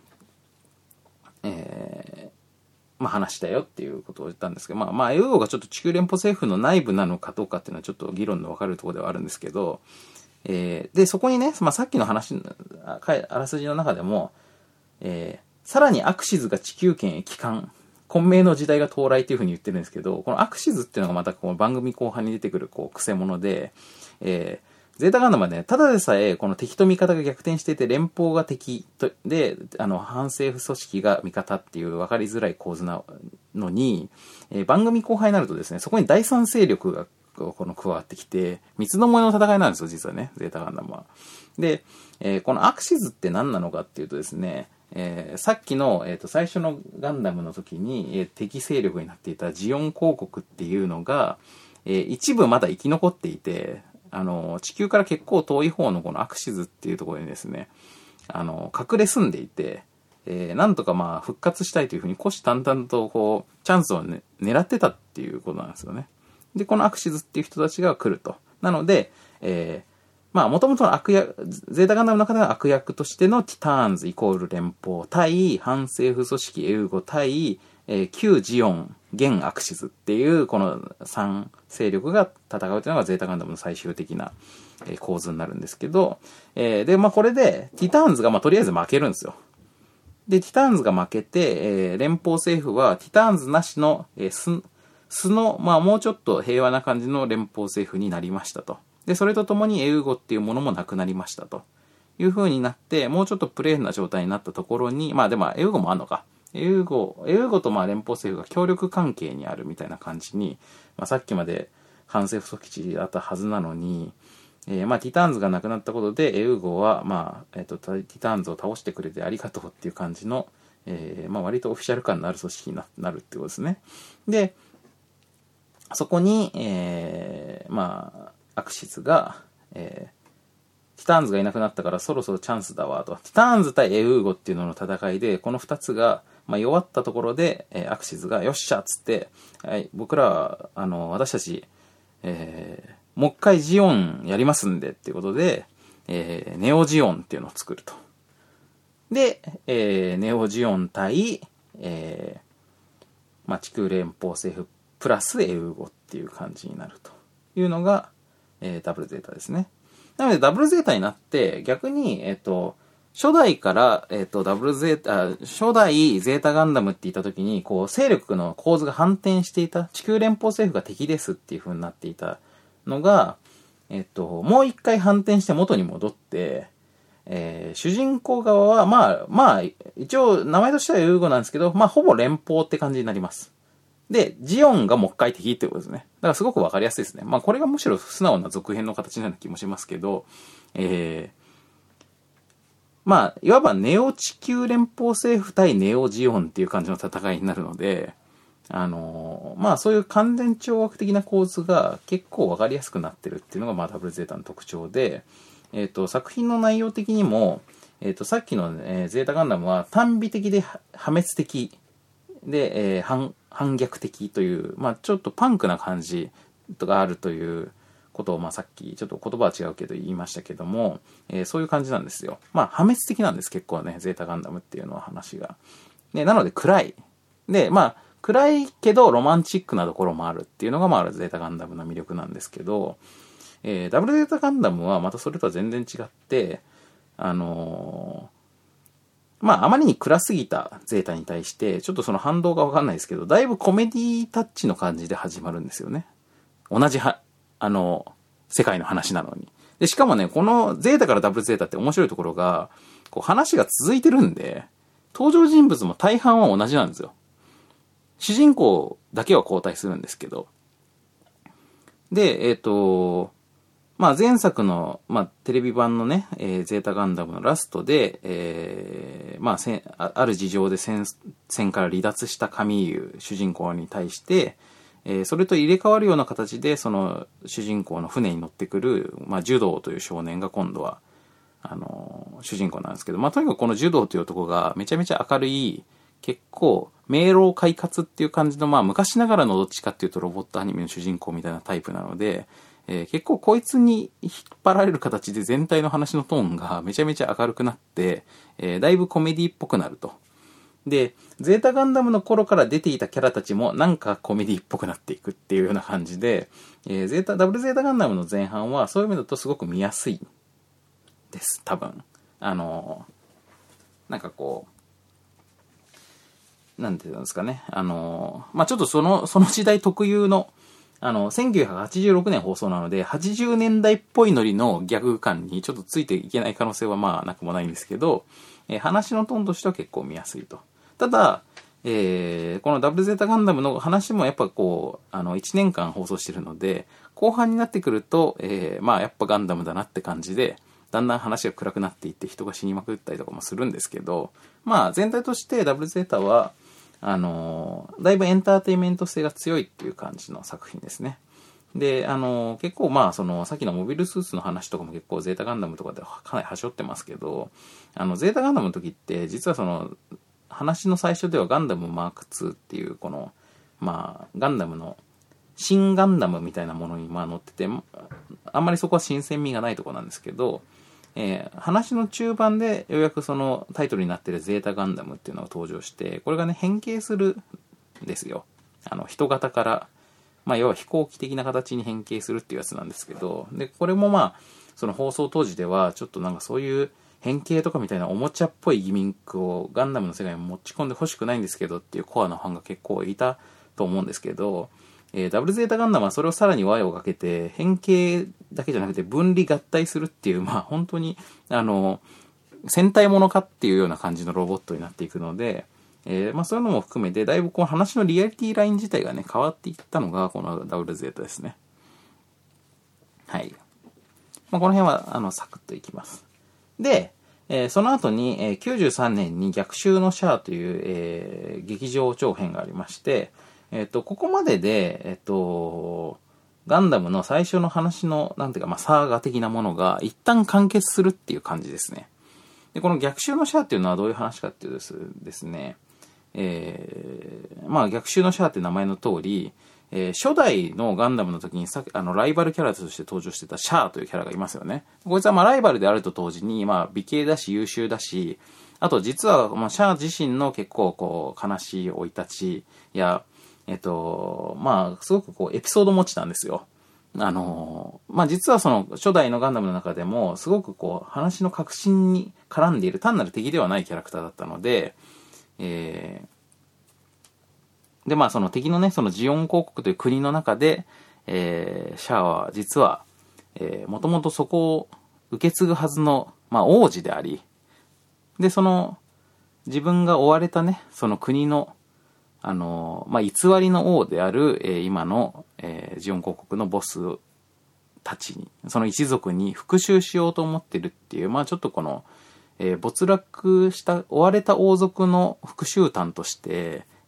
えー、まあ話だよっていうことを言ったんですけど、まあまあエウーゴがちょっと地球連邦政府の内部なのかどうかっていうのはちょっと議論の分かれるところではあるんですけど、えー、で、そこにね、まあ、さっきの話、あらすじの中でも、えー、さらにアクシズが地球圏へ帰還、混迷の時代が到来っていう風に言ってるんですけど、このアクシズっていうのがまたこの番組後半に出てくるこう、クセモノで、えー、ゼータガンダムはね、ただでさえこの敵と味方が逆転していて、連邦が敵とで、あの、反政府組織が味方っていう分かりづらい構図なのに、えー、番組後半になるとですね、そこに第三勢力がこの加わってきて、三つどもえの戦いなんですよ、実はね、ゼータガンダムは。で、えー、このアクシズって何なのかっていうとですね、えー、さっきの、えーと、最初のガンダムの時に、えー、敵勢力になっていたジオン公国っていうのが、えー、一部まだ生き残っていて、あのー、地球から結構遠い方のこのアクシズっていうところにですね、あのー、隠れ住んでいて、えー、なんとかまあ復活したいというふうに虎視眈々とこう、チャンスを、ね、狙ってたっていうことなんですよね。で、このアクシズっていう人たちが来ると。なので、えー、まあ、もともとの悪役、ゼータガンダムの中では悪役としてのティターンズイコール連邦対反政府組織エウゴ対、えー、旧ジオン現アクシズっていうこのさん勢力が戦うというのがゼータガンダムの最終的な、えー、構図になるんですけど、えー、で、まあ、これでティターンズがまあ、とりあえず負けるんですよ。で、ティターンズが負けて、えー、連邦政府はティターンズなしの、えー、ス素の、まあもうちょっと平和な感じの連邦政府になりましたと。で、それとともにエウゴっていうものもなくなりましたと。いう風になって、もうちょっとプレーンな状態になったところに、まあでもエウゴもあんのか。エウゴ、エウゴとまあ連邦政府が協力関係にあるみたいな感じに、まあさっきまで反政府組織だったはずなのに、えー、まあティターンズがなくなったことで、エウゴはまあ、えっと、ティターンズを倒してくれてありがとうっていう感じの、えー、まあ割とオフィシャル感のある組織になるってことですね。で、そこに、えー、まあ、アクシズが、えー、ティターンズがいなくなったからそろそろチャンスだわと。ティターンズ対エウーゴっていうのの戦いで、この二つが、まあ、弱ったところで、えー、アクシズが、よっしゃっつって、はい、僕らは、あの、私たち、えー、もう一回ジオンやりますんでっていうことで、えー、ネオジオンっていうのを作ると。で、えー、ネオジオン対、えー、まあ、地球連邦政府プラスエウゴっていう感じになるというのが、えー、ダブルゼータですね。なのでダブルゼータになって逆に、えっと、初代から、えっと、ダブルゼータ、初代ゼータガンダムって言った時に、こう、勢力の構図が反転していた、地球連邦政府が敵ですっていう風になっていたのが、えっと、もう一回反転して元に戻って、えー、主人公側は、まあ、まあ、一応、名前としてはエウゴなんですけど、まあ、ほぼ連邦って感じになります。で、ジオンがもう一回敵ってことですね。だからすごくわかりやすいですね。まあこれがむしろ素直な続編の形のような気もしますけど、えー、まあ、いわばネオ地球連邦政府対ネオジオンっていう感じの戦いになるので、 あのー、まあそういう完全懲悪的な構図が結構わかりやすくなってるっていうのがまあダブルゼータの特徴で、えっと、作品の内容的にも、えっと、さっきの、えー、ゼータガンダムは単美的で破滅的で、えー、反、反逆的という、まあちょっとパンクな感じがあるということを、まあさっきちょっと言葉は違うけど言いましたけども、えー、そういう感じなんですよ。まあ破滅的なんです結構ね、ゼータガンダムっていうのは話が。で、なので暗い。で、まあ、暗いけどロマンチックなところもあるっていうのがまあゼータガンダムの魅力なんですけど、えー、ダブルゼータガンダムはまたそれとは全然違って、あのー、まああまりに暗すぎたゼータに対してちょっとその反動がわかんないですけど、だいぶコメディタッチの感じで始まるんですよね。同じは、あのー、世界の話なのに。で、しかもね、このゼータからダブルゼータって面白いところが、こう話が続いてるんで、登場人物も大半は同じなんですよ。主人公だけは交代するんですけど。で、えっと、まあ前作の、まあテレビ版のね、えー、ゼータガンダムのラストで、えー、まあせあ、ある事情で戦、戦から離脱したカミーユ主人公に対して、えー、それと入れ替わるような形で、その主人公の船に乗ってくる、まあ、ジュドーという少年が今度は、あのー、主人公なんですけど、まあ、とにかくこのジュドーという男がめちゃめちゃ明るい、結構、明朗快活っていう感じの、まあ、昔ながらのどっちかっていうとロボットアニメの主人公みたいなタイプなので、えー、結構こいつに引っ張られる形で全体の話のトーンがめちゃめちゃ明るくなって、えー、だいぶコメディっぽくなると。で、ゼータガンダムの頃から出ていたキャラたちもなんかコメディっぽくなっていくっていうような感じで、えー、ゼータ、ダブルゼータガンダムの前半はそういう意味だとすごく見やすいです、多分。あのー、なんかこう、なんていうんですかね。あのー、まあ、ちょっとその、その時代特有の、あの、せんきゅうひゃくはちじゅうろくねん放送なので、はちじゅうねんだいっぽいノリのギャグ感にちょっとついていけない可能性はまあなくもないんですけど、えー、話のトーンとしては結構見やすいと。ただ、えー、このダブルゼータガンダムの話もやっぱこう、あの、いちねんかん放送してるので、後半になってくると、えー、まあやっぱガンダムだなって感じで、だんだん話が暗くなっていって人が死にまくったりとかもするんですけど、まあ全体としてダブルゼータは、あのー、だいぶエンターテインメント性が強いっていう感じの作品ですね。で、あのー、結構まあその、さっきのモビルスーツの話とかも結構ゼータガンダムとかでかなり端折ってますけど、あの、ゼータガンダムの時って実はその、話の最初ではガンダムマークツーっていうこの、まあ、ガンダムの、新ガンダムみたいなものにまあ載ってて、あんまりそこは新鮮味がないところなんですけど、えー、話の中盤でようやくそのタイトルになっているゼータガンダムっていうのが登場して、これがね、変形するんですよ。あの、人型から、まあ、要は飛行機的な形に変形するっていうやつなんですけど、で、これもまあ、その放送当時では、ちょっとなんかそういう変形とかみたいなおもちゃっぽいギミックをガンダムの世界に持ち込んでほしくないんですけどっていうコアなファンが結構いたと思うんですけど、えー、ダブルゼータガンダムはそれをさらに輪をかけて変形だけじゃなくて分離合体するっていう、まあ本当にあの戦隊ものかっていうような感じのロボットになっていくので、えー、まあそういうのも含めてだいぶこの話のリアリティライン自体がね変わっていったのがこのダブルゼータですね。はい。まあこの辺はあのサクッといきます。で、えー、その後に、えー、きゅうじゅうさんねんに逆襲のシャアという、えー、劇場長編がありまして、えっと、ここまでで、えっと、ガンダムの最初の話の、なんていうか、まあ、サーガ的なものが一旦完結するっていう感じですね。で、この逆襲のシャアっていうのはどういう話かっていうとですね、えー、まあ、逆襲のシャアって名前の通り、えー、初代のガンダムの時にさあの、ライバルキャラとして登場してたシャアというキャラがいますよね。こいつはまあ、ライバルであると同時に、まあ、美形だし優秀だし、あと実は、まあ、シャア自身の結構こう、悲しい生い立ちや、えっと、まあ、すごくこう、エピソード持ちなんですよ。あの、まあ、実はその、初代のガンダムの中でも、すごくこう、話の核心に絡んでいる、単なる敵ではないキャラクターだったので、えー、で、まあ、その敵のね、そのジオン公国という国の中で、えー、シャアは実は、えー、もともとそこを受け継ぐはずの、まあ、王子であり、で、その、自分が追われたね、その国の、あの、まあ、偽りの王である、えー、今の、えー、ジオン公国のボスたちに、その一族に復讐しようと思ってるっていう、まあ、ちょっとこの、えー、没落した、追われた王族の復讐譚として、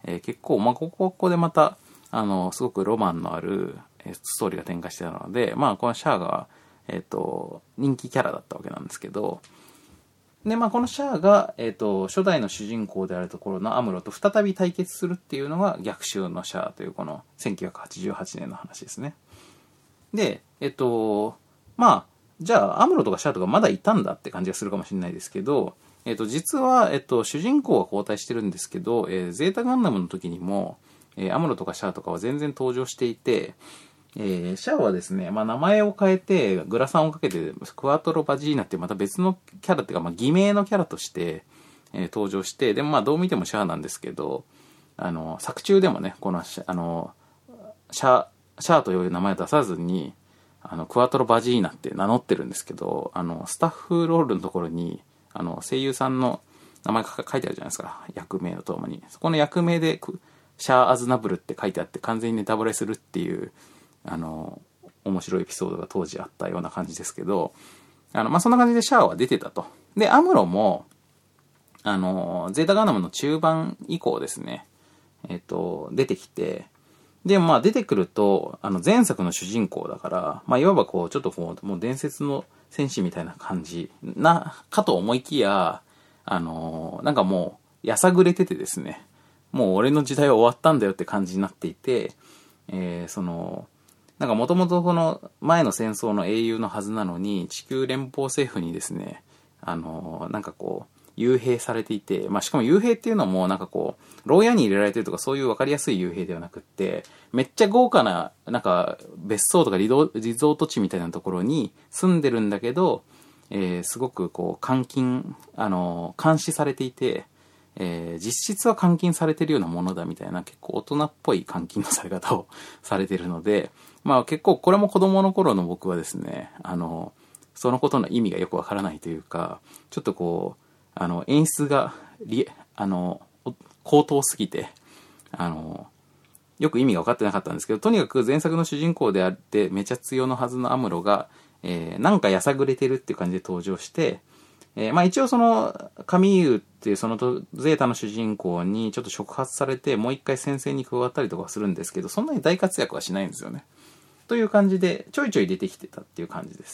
えー、結構、まあ、ここここでまた、あの、すごくロマンのある、えー、ストーリーが展開してたので、まあ、このシャアが、えっと、人気キャラだったわけなんですけど、で、まあ、このシャアが、えっと、初代の主人公であるところのアムロと再び対決するっていうのが逆襲のシャアというこのせんきゅうひゃくはちじゅうはちねんの話ですね。で、えっと、まあ、じゃあ、アムロとかシャアとかまだいたんだって感じがするかもしれないですけど、えっと、実は、えっと、主人公は交代してるんですけど、えー、ゼータガンダムの時にも、えー、アムロとかシャアとかは全然登場していて、えー、シャアはですね、まあ、名前を変えて、グラサンをかけて、クワトロ・バジーナっていうまた別のキャラっていうか、まあ、偽名のキャラとして、えー、登場して、でもまあ、どう見てもシャアなんですけど、あの、作中でもね、この、あの、シャア、シャアという名前を出さずに、あの、クワトロ・バジーナって名乗ってるんですけど、あの、スタッフロールのところに、あの、声優さんの名前が書いてあるじゃないですか。役名とともに。そこの役名で、シャア・アズナブルって書いてあって、完全にネタバレするっていう、あの、面白いエピソードが当時あったような感じですけど、あの、まあ、そんな感じでシャアは出てたと。で、アムロも、あの、ゼータガンダムの中盤以降ですね、えっと、出てきて、で、まあ出てくると、あの前作の主人公だから、まあいわばこう、ちょっとこう、もう伝説の戦士みたいな感じな、かと思いきや、あの、なんかもう、やさぐれててですね、もう俺の時代は終わったんだよって感じになっていて、えー、その、なんかもともとこの前の戦争の英雄のはずなのに、地球連邦政府にですね、あの、なんかこう、幽閉されていて、まあ、しかも幽閉っていうのもなんかこう、牢屋に入れられてるとかそういう分かりやすい幽閉ではなくって、めっちゃ豪華な、なんか別荘とかリゾリゾート地みたいなところに住んでるんだけど、えー、すごくこう、監禁、あの、監視されていて、えー、実質は監禁されてるようなものだみたいな結構大人っぽい監禁のされ方をされてるので、まあ結構これも子供の頃の僕はですね、あの、そのことの意味がよくわからないというか、ちょっとこう、あの、演出が、あの、高等すぎて、あの、よく意味が分かってなかったんですけど、とにかく前作の主人公であって、めちゃ強のはずのアムロが、えー、なんかやさぐれてるっていう感じで登場して、えー、まあ一応その、カミーユっていうそのゼータの主人公にちょっと触発されて、もう一回戦線に加わったりとかするんですけど、そんなに大活躍はしないんですよね。という感じで、ちょいちょい出てきてたっていう感じです。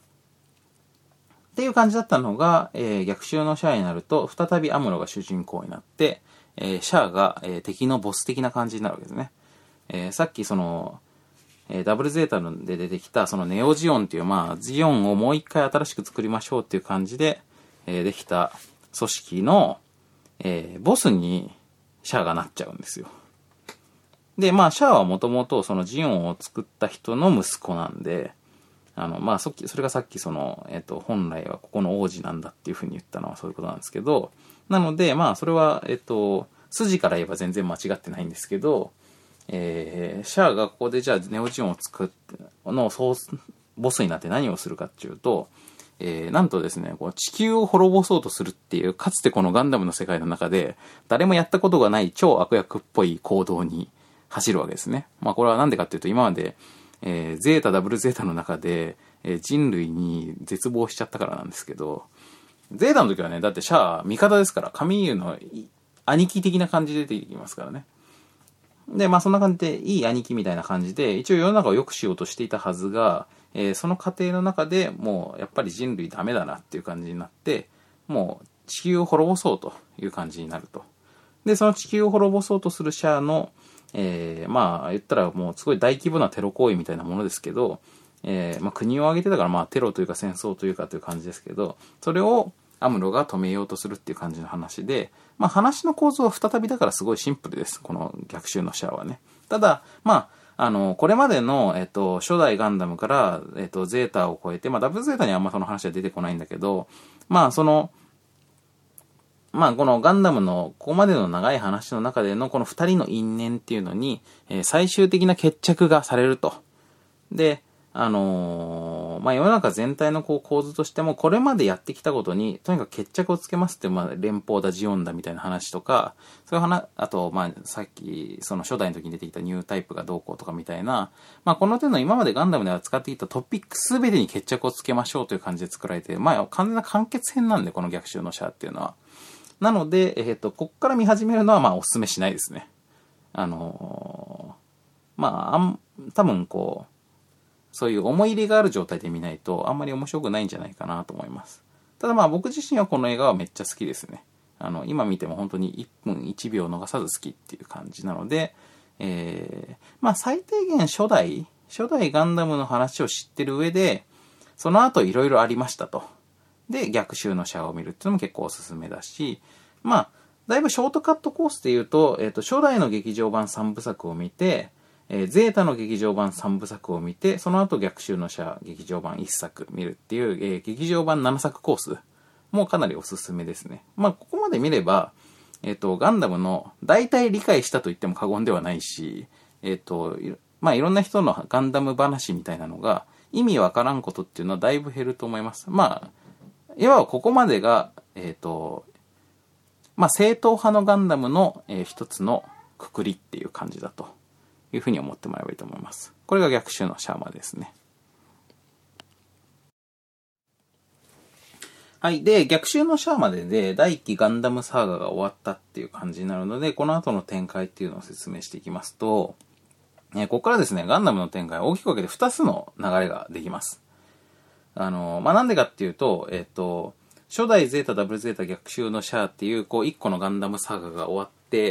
っていう感じだったのが、えー、逆襲のシャアになると、再びアムロが主人公になって、えー、シャアが、えー、敵のボス的な感じになるわけですね。えー、さっきその、えー、ダブルゼータで出てきた、そのネオジオンっていう、まあ、ジオンをもう一回新しく作りましょうっていう感じで、えー、できた組織の、えー、ボスにシャアがなっちゃうんですよ。で、まあ、シャアはもともとそのジオンを作った人の息子なんで、あの、まあ、それがさっきその、えっと、本来はここの王子なんだっていうふうに言ったのはそういうことなんですけど、なので、まあ、それは、えっと、筋から言えば全然間違ってないんですけど、えー、シャアがここでじゃあネオジオンを作って、のソース、ボスになって何をするかっていうと、えー、なんとですね、こう地球を滅ぼそうとするっていう、かつてこのガンダムの世界の中で、誰もやったことがない超悪役っぽい行動に走るわけですね。まあ、これはなんでかっていうと、今まで、えー、ゼータダブルゼータの中で、えー、人類に絶望しちゃったからなんですけど、ゼータの時はね、だってシャア味方ですから、カミーユの兄貴的な感じで出てきますからね。で、まあそんな感じでいい兄貴みたいな感じで、一応世の中を良くしようとしていたはずが、えー、その過程の中でもうやっぱり人類ダメだなっていう感じになって、もう地球を滅ぼそうという感じになると。で、その地球を滅ぼそうとするシャアのえー、まあ言ったらもうすごい大規模なテロ行為みたいなものですけど、えー、まあ国を挙げてだからまあテロというか戦争というかという感じですけど、それをアムロが止めようとするっていう感じの話で、まあ話の構造は再びだからすごいシンプルです。この逆襲のシャアはね。ただ、まあ、あの、これまでの、えっと、初代ガンダムから、えっと、ゼータを超えて、まあダブルゼータにはあんまその話は出てこないんだけど、まあその、まあ、このガンダムのここまでの長い話の中でのこの二人の因縁っていうのに、えー、最終的な決着がされると。で、あのー、まあ、世の中全体のこう構図としても、これまでやってきたことに、とにかく決着をつけますって、まあ、連邦だ、ジオンだみたいな話とか、そういう話、あと、まあ、さっき、その初代の時に出てきたニュータイプがどうこうとかみたいな、まあ、この手の今までガンダムで扱っていたトピックすべてに決着をつけましょうという感じで作られて、まあ、完全な完結編なんで、この逆襲のシャアっていうのは。 なので、えっと、こっから見始めるのは、まあ、おすすめしないですね。あのー、まあ、あん、多分こう、そういう思い入れがある状態で見ないと、あんまり面白くないんじゃないかなと思います。ただまあ、僕自身はこの映画はめっちゃ好きですね。あの、今見ても本当にいっぷんいちびょう逃さず好きっていう感じなので、えー、まあ、最低限初代、初代ガンダムの話を知ってる上で、その後いろいろありましたと。で、逆襲のシャアを見るっていうのも結構おすすめだし、まあ、だいぶショートカットコースで言うと、えっと、初代の劇場版さんぶさくを見て、えー、ゼータの劇場版さんぶさくを見て、その後逆襲のシャア劇場版いっさく見るっていう、えー、劇場版ななさくコースもかなりおすすめですね。まあ、ここまで見れば、えっと、ガンダムの大体理解したと言っても過言ではないし、えっと、まあ、いろんな人のガンダム話みたいなのが意味わからんことっていうのはだいぶ減ると思います。まあ、いわばここまでが、えっと、まあ、正統派のガンダムの、えー、一つのくくりっていう感じだというふうに思ってもらえばいいと思います。これが逆襲のシャアマですね。はい。で、逆襲のシャアまでで第一期ガンダムサーガが終わったっていう感じになるので、この後の展開っていうのを説明していきますと、えー、ここからですね、ガンダムの展開大きく分けてふたつの流れができます。あの、まあ、なんでかっていうと、えっと、初代ゼータダブルゼータ逆襲のシャアっていう、こう、一個のガンダムサーガが終わって、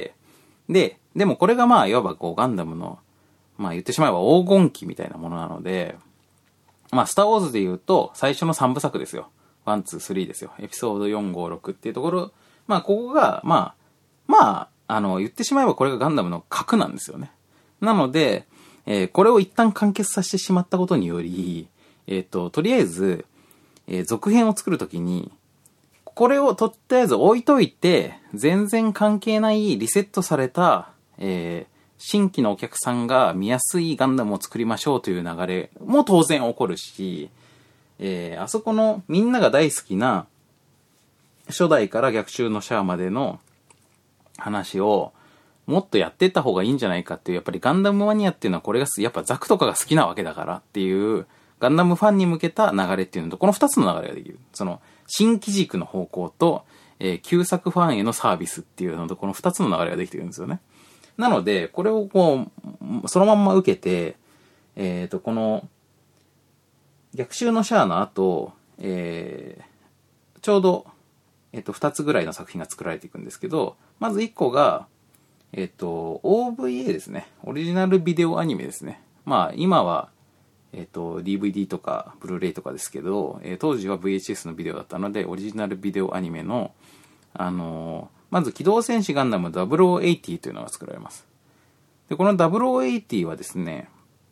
で、でもこれがまあ、いわばこう、ガンダムの、まあ言ってしまえば黄金期みたいなものなので、まあ、スターウォーズで言うと、最初のさんぶさくですよ。ワン、ツー、スリーですよ。エピソードよん、ご、ろくっていうところ、まあ、ここが、まあ、まあ、あの、言ってしまえばこれがガンダムの核なんですよね。なので、えー、これを一旦完結させてしまったことにより、えっと、とりあえず、えー、続編を作るときに、これをとりあえず置いといて、全然関係ないリセットされた、えー、新規のお客さんが見やすいガンダムを作りましょうという流れも当然起こるし、えー、あそこのみんなが大好きな初代から逆襲のシャアまでの話をもっとやっていった方がいいんじゃないかっていう、やっぱりガンダムマニアっていうのはこれがやっぱザクとかが好きなわけだからっていうガンダムファンに向けた流れっていうのと、この二つの流れができる。その新機軸の方向と、えー、旧作ファンへのサービスっていうのと、この二つの流れができてるんですよね。なので、これをこう、そのまんま受けて、えっと、この、逆襲のシャアの後、えー、ちょうど、えっと、二つぐらいの作品が作られていくんですけど、まず一個が、えっと、オーブイエー ですね。オリジナルビデオアニメですね。まあ、今は、えっと、ディーブイディー とか、ブルーレイとかですけど、えー、当時は ブイエイチエス のビデオだったので、オリジナルビデオアニメの、あのー、まず、機動戦士ガンダムダブルオーエイティーというのが作られます。で、このダブルオーエイティーはですね、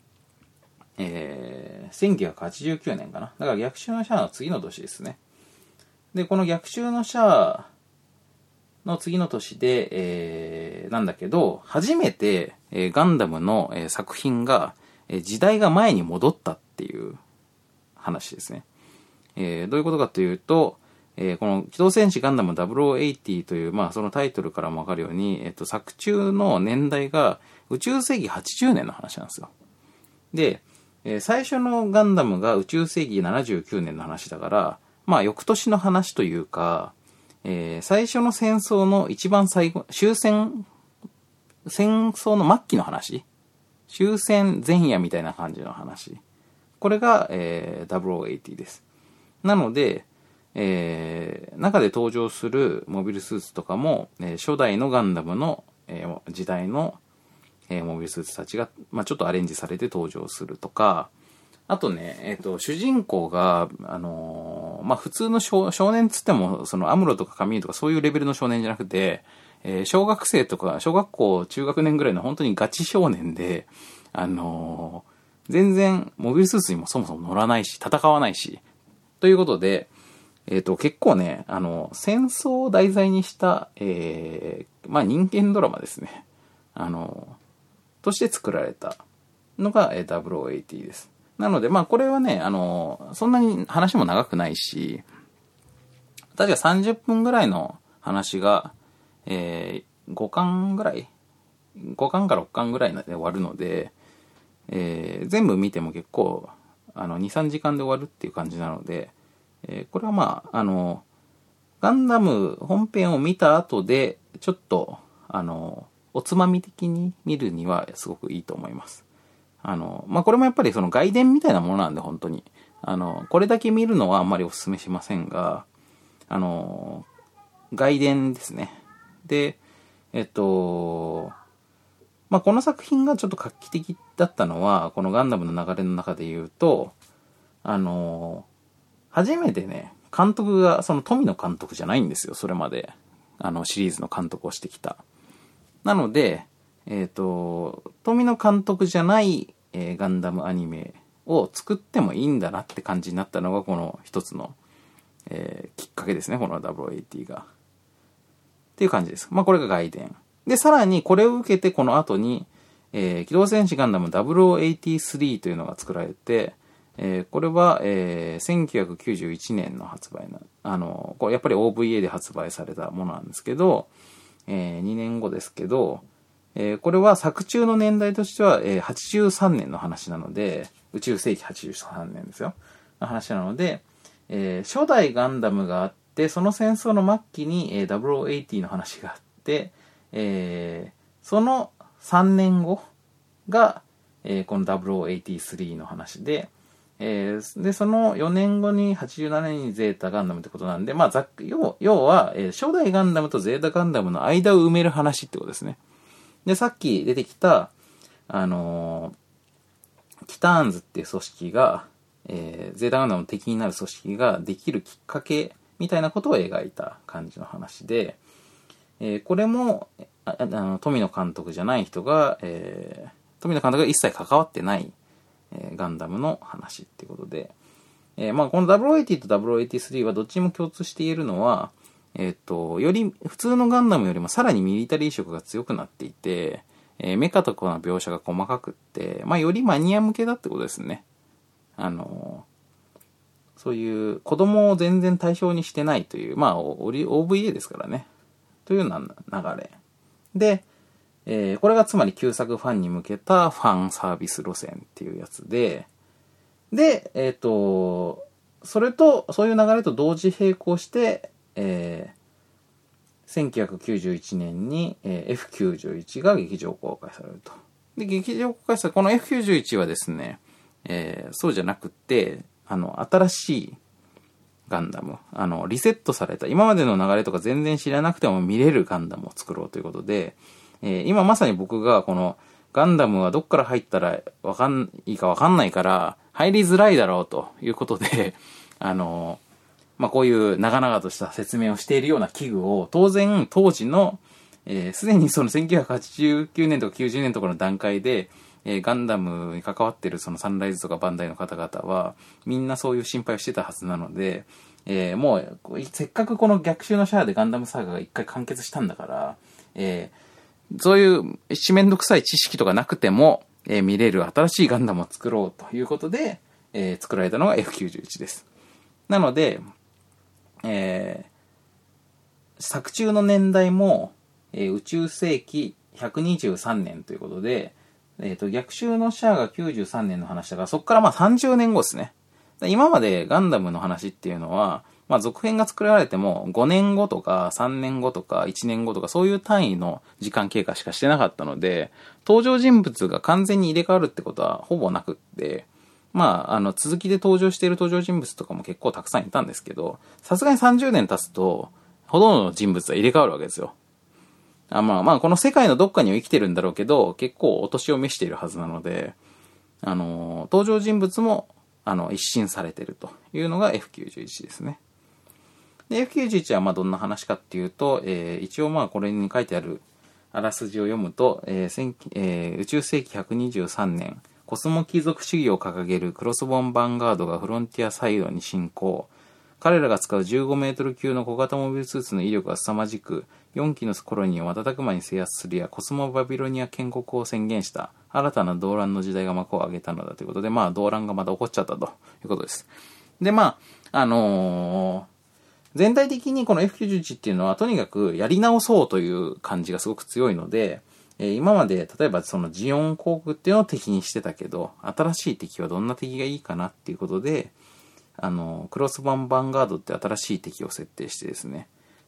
えー、せんきゅうひゃくはちじゅうきゅうねんかな。だから逆襲のシャアの次の年ですね。で、この逆襲のシャアの次の年で、えー、なんだけど、初めて、えー、ガンダムの、えー、作品が、えー、時代が前に戻ったっていう話ですね。えー、どういうことかというと、えー、この機動戦士ガンダムダブルオーエイティーという、まあそのタイトルからもわかるように、えっと、作中の年代が宇宙世紀はちじゅうねんの話なんですよ。で、えー、最初のガンダムが宇宙世紀ななじゅうきゅうねんの話だから、まあ翌年の話というか、えー、最初の戦争の一番最後、終戦、戦争の末期の話、終戦前夜みたいな感じの話。これが、えー、ダブルオーエイティーです。なので、えー、中で登場するモビルスーツとかも、えー、初代のガンダムの、えー、時代の、えー、モビルスーツたちが、まあ、ちょっとアレンジされて登場するとか、あとね、えっと、主人公が、あのー、まあ、普通の 少, 少年つっても、そのアムロとかカミーとかそういうレベルの少年じゃなくて、えー、小学生とか、小学校、中学年ぐらいの本当にガチ少年で、あのー、全然モビルスーツにもそもそも乗らないし、戦わないし、ということで、えっと、結構ね、あの、戦争を題材にした、えー、まあ、人間ドラマですね。あの、として作られたのが、えー、ダブルオーエイティーです。なので、まあ、これはね、あの、そんなに話も長くないし、確かさんじゅっぷんぐらいの話が、えー、ごかんぐらい ?ご 巻かろっかんぐらいで終わるので、えー、全部見ても結構、あの、に、さんじかんで終わるっていう感じなので、えー、これはまあ、あの、 ガンダム本編を見た後で、ちょっと、あの、おつまみ的に見るにはすごくいいと思います。あの、まあ、これもやっぱりその外伝みたいなものなんで、本当に。あの、これだけ見るのはあんまりお勧めしませんが、あの、外伝ですね。で、えっと、まあ、この作品がちょっと画期的だったのは、このガンダムの流れの中で言うと、あの、初めてね、監督が、その富野監督じゃないんですよ、それまで。あの、シリーズの監督をしてきた。なので、えっと、富野監督じゃない、えー、ガンダムアニメを作ってもいいんだなって感じになったのが、この一つの、えー、きっかけですね、この ダブリューエーティー が。っていう感じです。まあ、これが外伝。で、さらにこれを受けて、この後に、えー、機動戦士ガンダムダブルオーエイティースリーというのが作られて、えー、これは、えー、せんきゅうひゃくきゅうじゅういちねんの発売な、あの、これやっぱり オーブイエー で発売されたものなんですけど、えー、にねんごですけど、えー、これは作中の年代としては、えー、はちじゅうさんねんの話なので、宇宙世紀はちじゅうさんねんですよ。の話なので、えー、初代ガンダムがあって、その戦争の末期に、えー、ダブルオーエイティー の話があって、えー、そのさんねんごが、えー、この ダブルオーエイティースリー の話で、えー、で、そのよねんごにはちじゅうななねんにゼータガンダムってことなんで、まあ、ざっ要要は、えー、初代ガンダムとゼータガンダムの間を埋める話ってことですね。で、さっき出てきた、あのー、キターンズっていう組織が、えー、ゼータガンダムの敵になる組織ができるきっかけみたいなことを描いた感じの話で、えー、これも、ああの、富野監督じゃない人が、えー、富野監督が一切関わってない、えー、ガンダムの話っていうことで、えー、まあ、この ダブルオーエイティー と ダブルオーエイティースリー はどっちも共通して言えるのは、えっと、より、普通のガンダムよりもさらにミリタリー色が強くなっていて、えー、メカとかの描写が細かくって、まあ、よりマニア向けだってことですね。あのー、そういう子供を全然対象にしてないという、まあ、オーブイエー ですからね。というような流れ。で、えー、これがつまり旧作ファンに向けたファンサービス路線っていうやつで、で、えっと、それと、そういう流れと同時並行して、えー、せんきゅうひゃくきゅうじゅういちねんに、えー、エフきゅうじゅういち が劇場公開されると。で、劇場公開される、この エフきゅうじゅういち はですね、えー、そうじゃなくって、あの、新しいガンダム、あの、リセットされた、今までの流れとか全然知らなくても見れるガンダムを作ろうということで、えー、今まさに僕がこの、ガンダムはどっから入ったらわかん、いいかわかんないから、入りづらいだろうということで、あの、まあ、こういう長々とした説明をしているような器具を、当然当時の、えー、すでにそのせんきゅうひゃくはちじゅうきゅうねんとかきゅうじゅうねんとかの段階で、えー、ガンダムに関わっているそのサンライズとかバンダイの方々は、みんなそういう心配をしてたはずなので、えー、もう、せっかくこの逆襲のシャアでガンダムサーガが一回完結したんだから、えー、そういう一面倒くさい知識とかなくても、えー、見れる新しいガンダムを作ろうということで、えー、作られたのが エフきゅうじゅういち です。なので、えー、作中の年代も、えー、宇宙世紀ひゃくにじゅうさんねんということで、えっと、逆襲のシャアがきゅうじゅうさんねんの話だから、そこからまあさんじゅうねんごですね。今までガンダムの話っていうのは、まあ続編が作られてもごねんごとかさんねんごとかいちねんごとかそういう単位の時間経過しかしてなかったので、登場人物が完全に入れ替わるってことはほぼなくって、まあ、あの、続きで登場している登場人物とかも結構たくさんいたんですけど、さすがにさんじゅうねん経つと、ほとんどの人物は入れ替わるわけですよ。あまあまあ、この世界のどっかには生きてるんだろうけど、結構お年を召しているはずなので、あの、登場人物も、あの、一新されているというのが エフきゅうじゅういち ですね。で、エフきゅうじゅういち はまあどんな話かっていうと、えー、一応まあこれに書いてあるあらすじを読むと、えーえー、宇宙世紀ひゃくにじゅうさんねん、コスモ貴族主義を掲げるクロスボーンヴァンガードがフロンティアサイドに侵攻。彼らが使うじゅうごメートル級の小型モビルスーツの威力が凄まじく、よんきのコロニーを瞬く間に制圧するや、コスモバビロニア建国を宣言した、新たな動乱の時代が幕を上げたのだということで、まあ動乱がまた起こっちゃったということです。で、まあ、あのー、全体的にこの エフきゅうじゅういち っていうのはとにかくやり直そうという感じがすごく強いので、えー、今まで例えばそのジオン航空っていうのを敵にしてたけど、新しい敵はどんな敵がいいかなっていうことで、あの、クロスバンヴァンガードって新しい敵を設定してですね、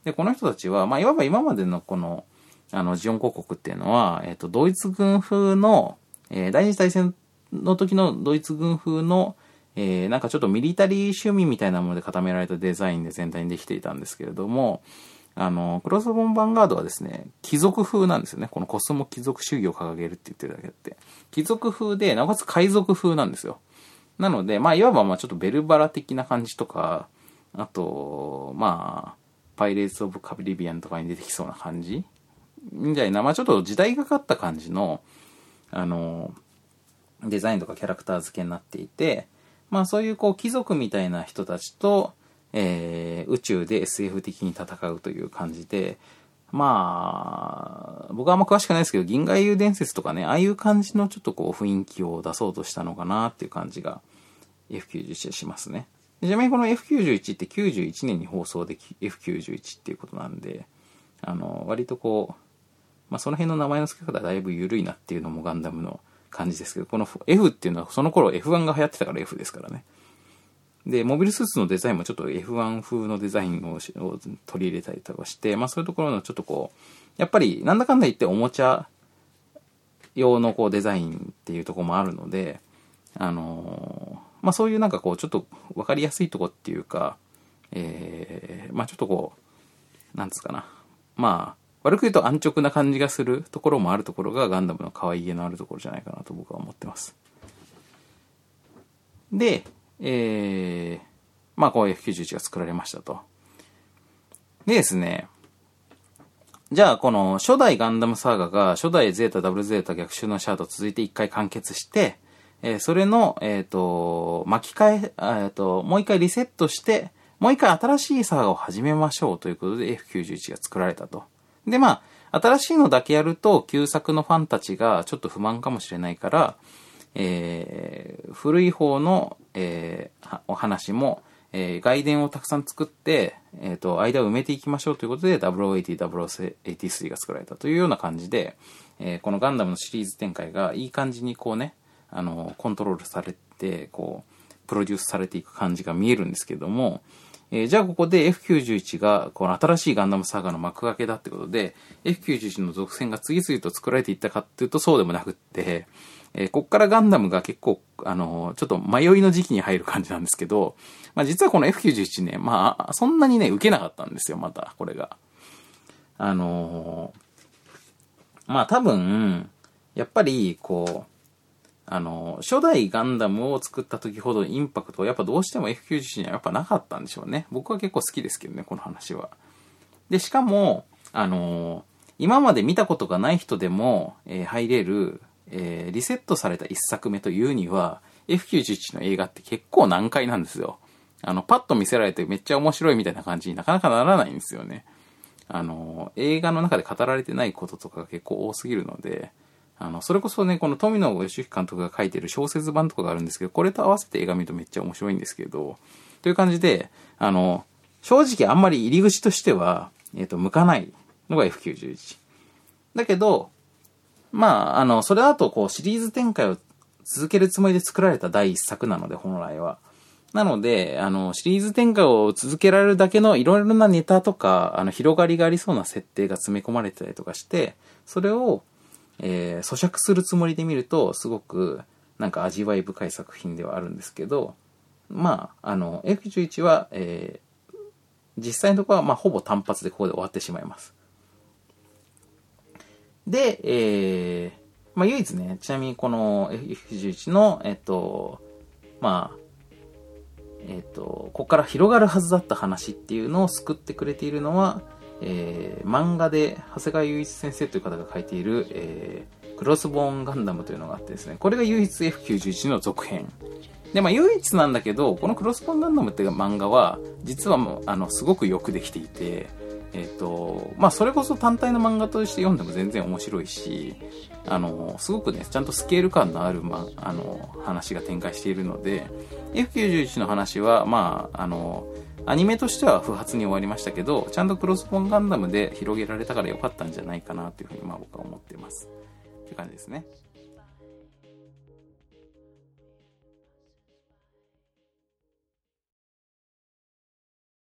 で、この人たちは、まあ、いわば今までのこの、あの、ジオン公国っていうのは、えっと、ドイツ軍風の、えー、第二次大戦の時のドイツ軍風の、えー、なんかちょっとミリタリー趣味みたいなもので固められたデザインで全体にできていたんですけれども、あの、クロスボーンヴァンガードはですね、貴族風なんですよね。このコスモ貴族主義を掲げるって言ってるだけあって。貴族風で、なおかつ海賊風なんですよ。なので、まあ、いわばまあちょっとベルバラ的な感じとか、あと、まあ、パイレーツ・オブ・カリビアンとかに出てきそうな感じみたいな、まあちょっと時代がかった感じの、あの、デザインとかキャラクター付けになっていて、まあそういうこう貴族みたいな人たちと、えー、宇宙で エスエフ 的に戦うという感じで、まあ、僕はあんま詳しくないですけど、銀河英雄伝説とかね、ああいう感じのちょっとこう雰囲気を出そうとしたのかなっていう感じが エフきゅうじゅういち でしますね。ちなみにこの エフきゅうじゅういち ってきゅうじゅういちねんに放送で エフきゅうじゅういち っていうことなんで、あの、割とこう、まあその辺の名前の付け方はだいぶ緩いなっていうのもガンダムの感じですけど、この F っていうのはその頃 エフワン が流行ってたから F ですからね。で、モビルスーツのデザインもちょっと エフワン 風のデザインを取り入れたりとかして、まあそういうところのちょっとこう、やっぱりなんだかんだ言っておもちゃ用のこうデザインっていうところもあるので、あのー、まあそういうなんかこうちょっとわかりやすいとこっていうか、えー、まあちょっとこう、なんつうかな。まあ、悪く言うと安直な感じがするところもあるところがガンダムの可愛げのあるところじゃないかなと僕は思ってます。で、えー、まあこう エフきゅうじゅういち が作られましたと。でですね、じゃあこの初代ガンダムサーガが初代ゼータダブルゼータ逆襲のシャアと続いて一回完結して、えー、それの、えっと、巻き替え、えっと、もう一回リセットして、もう一回新しいサーガを始めましょうということで エフきゅうじゅういち が作られたと。で、まあ、新しいのだけやると旧作のファンたちがちょっと不満かもしれないから、えー、古い方の、えー、お話も、えー、外伝をたくさん作って、えっと、間を埋めていきましょうということで、ダブルオーエイティー、ダブルオーエイティースリー が作られたというような感じで、えー、このガンダムのシリーズ展開がいい感じにこうね、あの、コントロールされて、こう、プロデュースされていく感じが見えるんですけども、えー、じゃあここで エフきゅうじゅういち がこの新しいガンダムサーガの幕開けだってことで エフきゅうじゅういち の続編が次々と作られていったかっていうとそうでもなくって、えー、こっからガンダムが結構あのー、ちょっと迷いの時期に入る感じなんですけど、まあ実はこの エフきゅうじゅういち ね、まあそんなにね受けなかったんですよ、またこれが。あのー、まあ多分やっぱりこうあの、初代ガンダムを作った時ほどインパクトはやっぱどうしても エフきゅうじゅういち にはやっぱなかったんでしょうね。僕は結構好きですけどね、この話は。で、しかも、あの、今まで見たことがない人でも、えー、入れる、えー、リセットされた一作目というには、エフきゅうじゅういち の映画って結構難解なんですよ。あの、パッと見せられてめっちゃ面白いみたいな感じになかなかならないんですよね。あの、映画の中で語られてないこととかが結構多すぎるので、あの、それこそね、この富野義行監督が書いてる小説版とかがあるんですけど、これと合わせて映画見るとめっちゃ面白いんですけど、という感じで、あの、正直あんまり入り口としては、えっと、向かないのが エフきゅうじゅういち。だけど、まあ、あの、それだとこうシリーズ展開を続けるつもりで作られた第一作なので、本来は。なので、あの、シリーズ展開を続けられるだけのいろいろなネタとか、あの、広がりがありそうな設定が詰め込まれてたりとかして、それを、えー、咀嚼するつもりで見るとすごくなんか味わい深い作品ではあるんですけど、まああの エフきゅうじゅういち は、えー、実際のところはまあほぼ単発でここで終わってしまいます。で、えー、まあ唯一ね、ちなみにこの エフきゅうじゅういち のえっとまあえっとここから広がるはずだった話っていうのを救ってくれているのは、えー、漫画で長谷川雄一先生という方が書いている、えー、クロスボーンガンダムというのがあってですね、これが唯一 エフきゅうじゅういち の続編で、まあ唯一なんだけど、このクロスボーンガンダムっていう漫画は実はもうあのすごくよくできていて、えっとまあそれこそ単体の漫画として読んでも全然面白いし、あのすごくねちゃんとスケール感のある、ま、あの話が展開しているので、 エフきゅうじゅういち の話はまああのアニメとしては不発に終わりましたけど、ちゃんとクロスボーンガンダムで広げられたから良かったんじゃないかなというふうにまあ僕は思っています。という感じですね。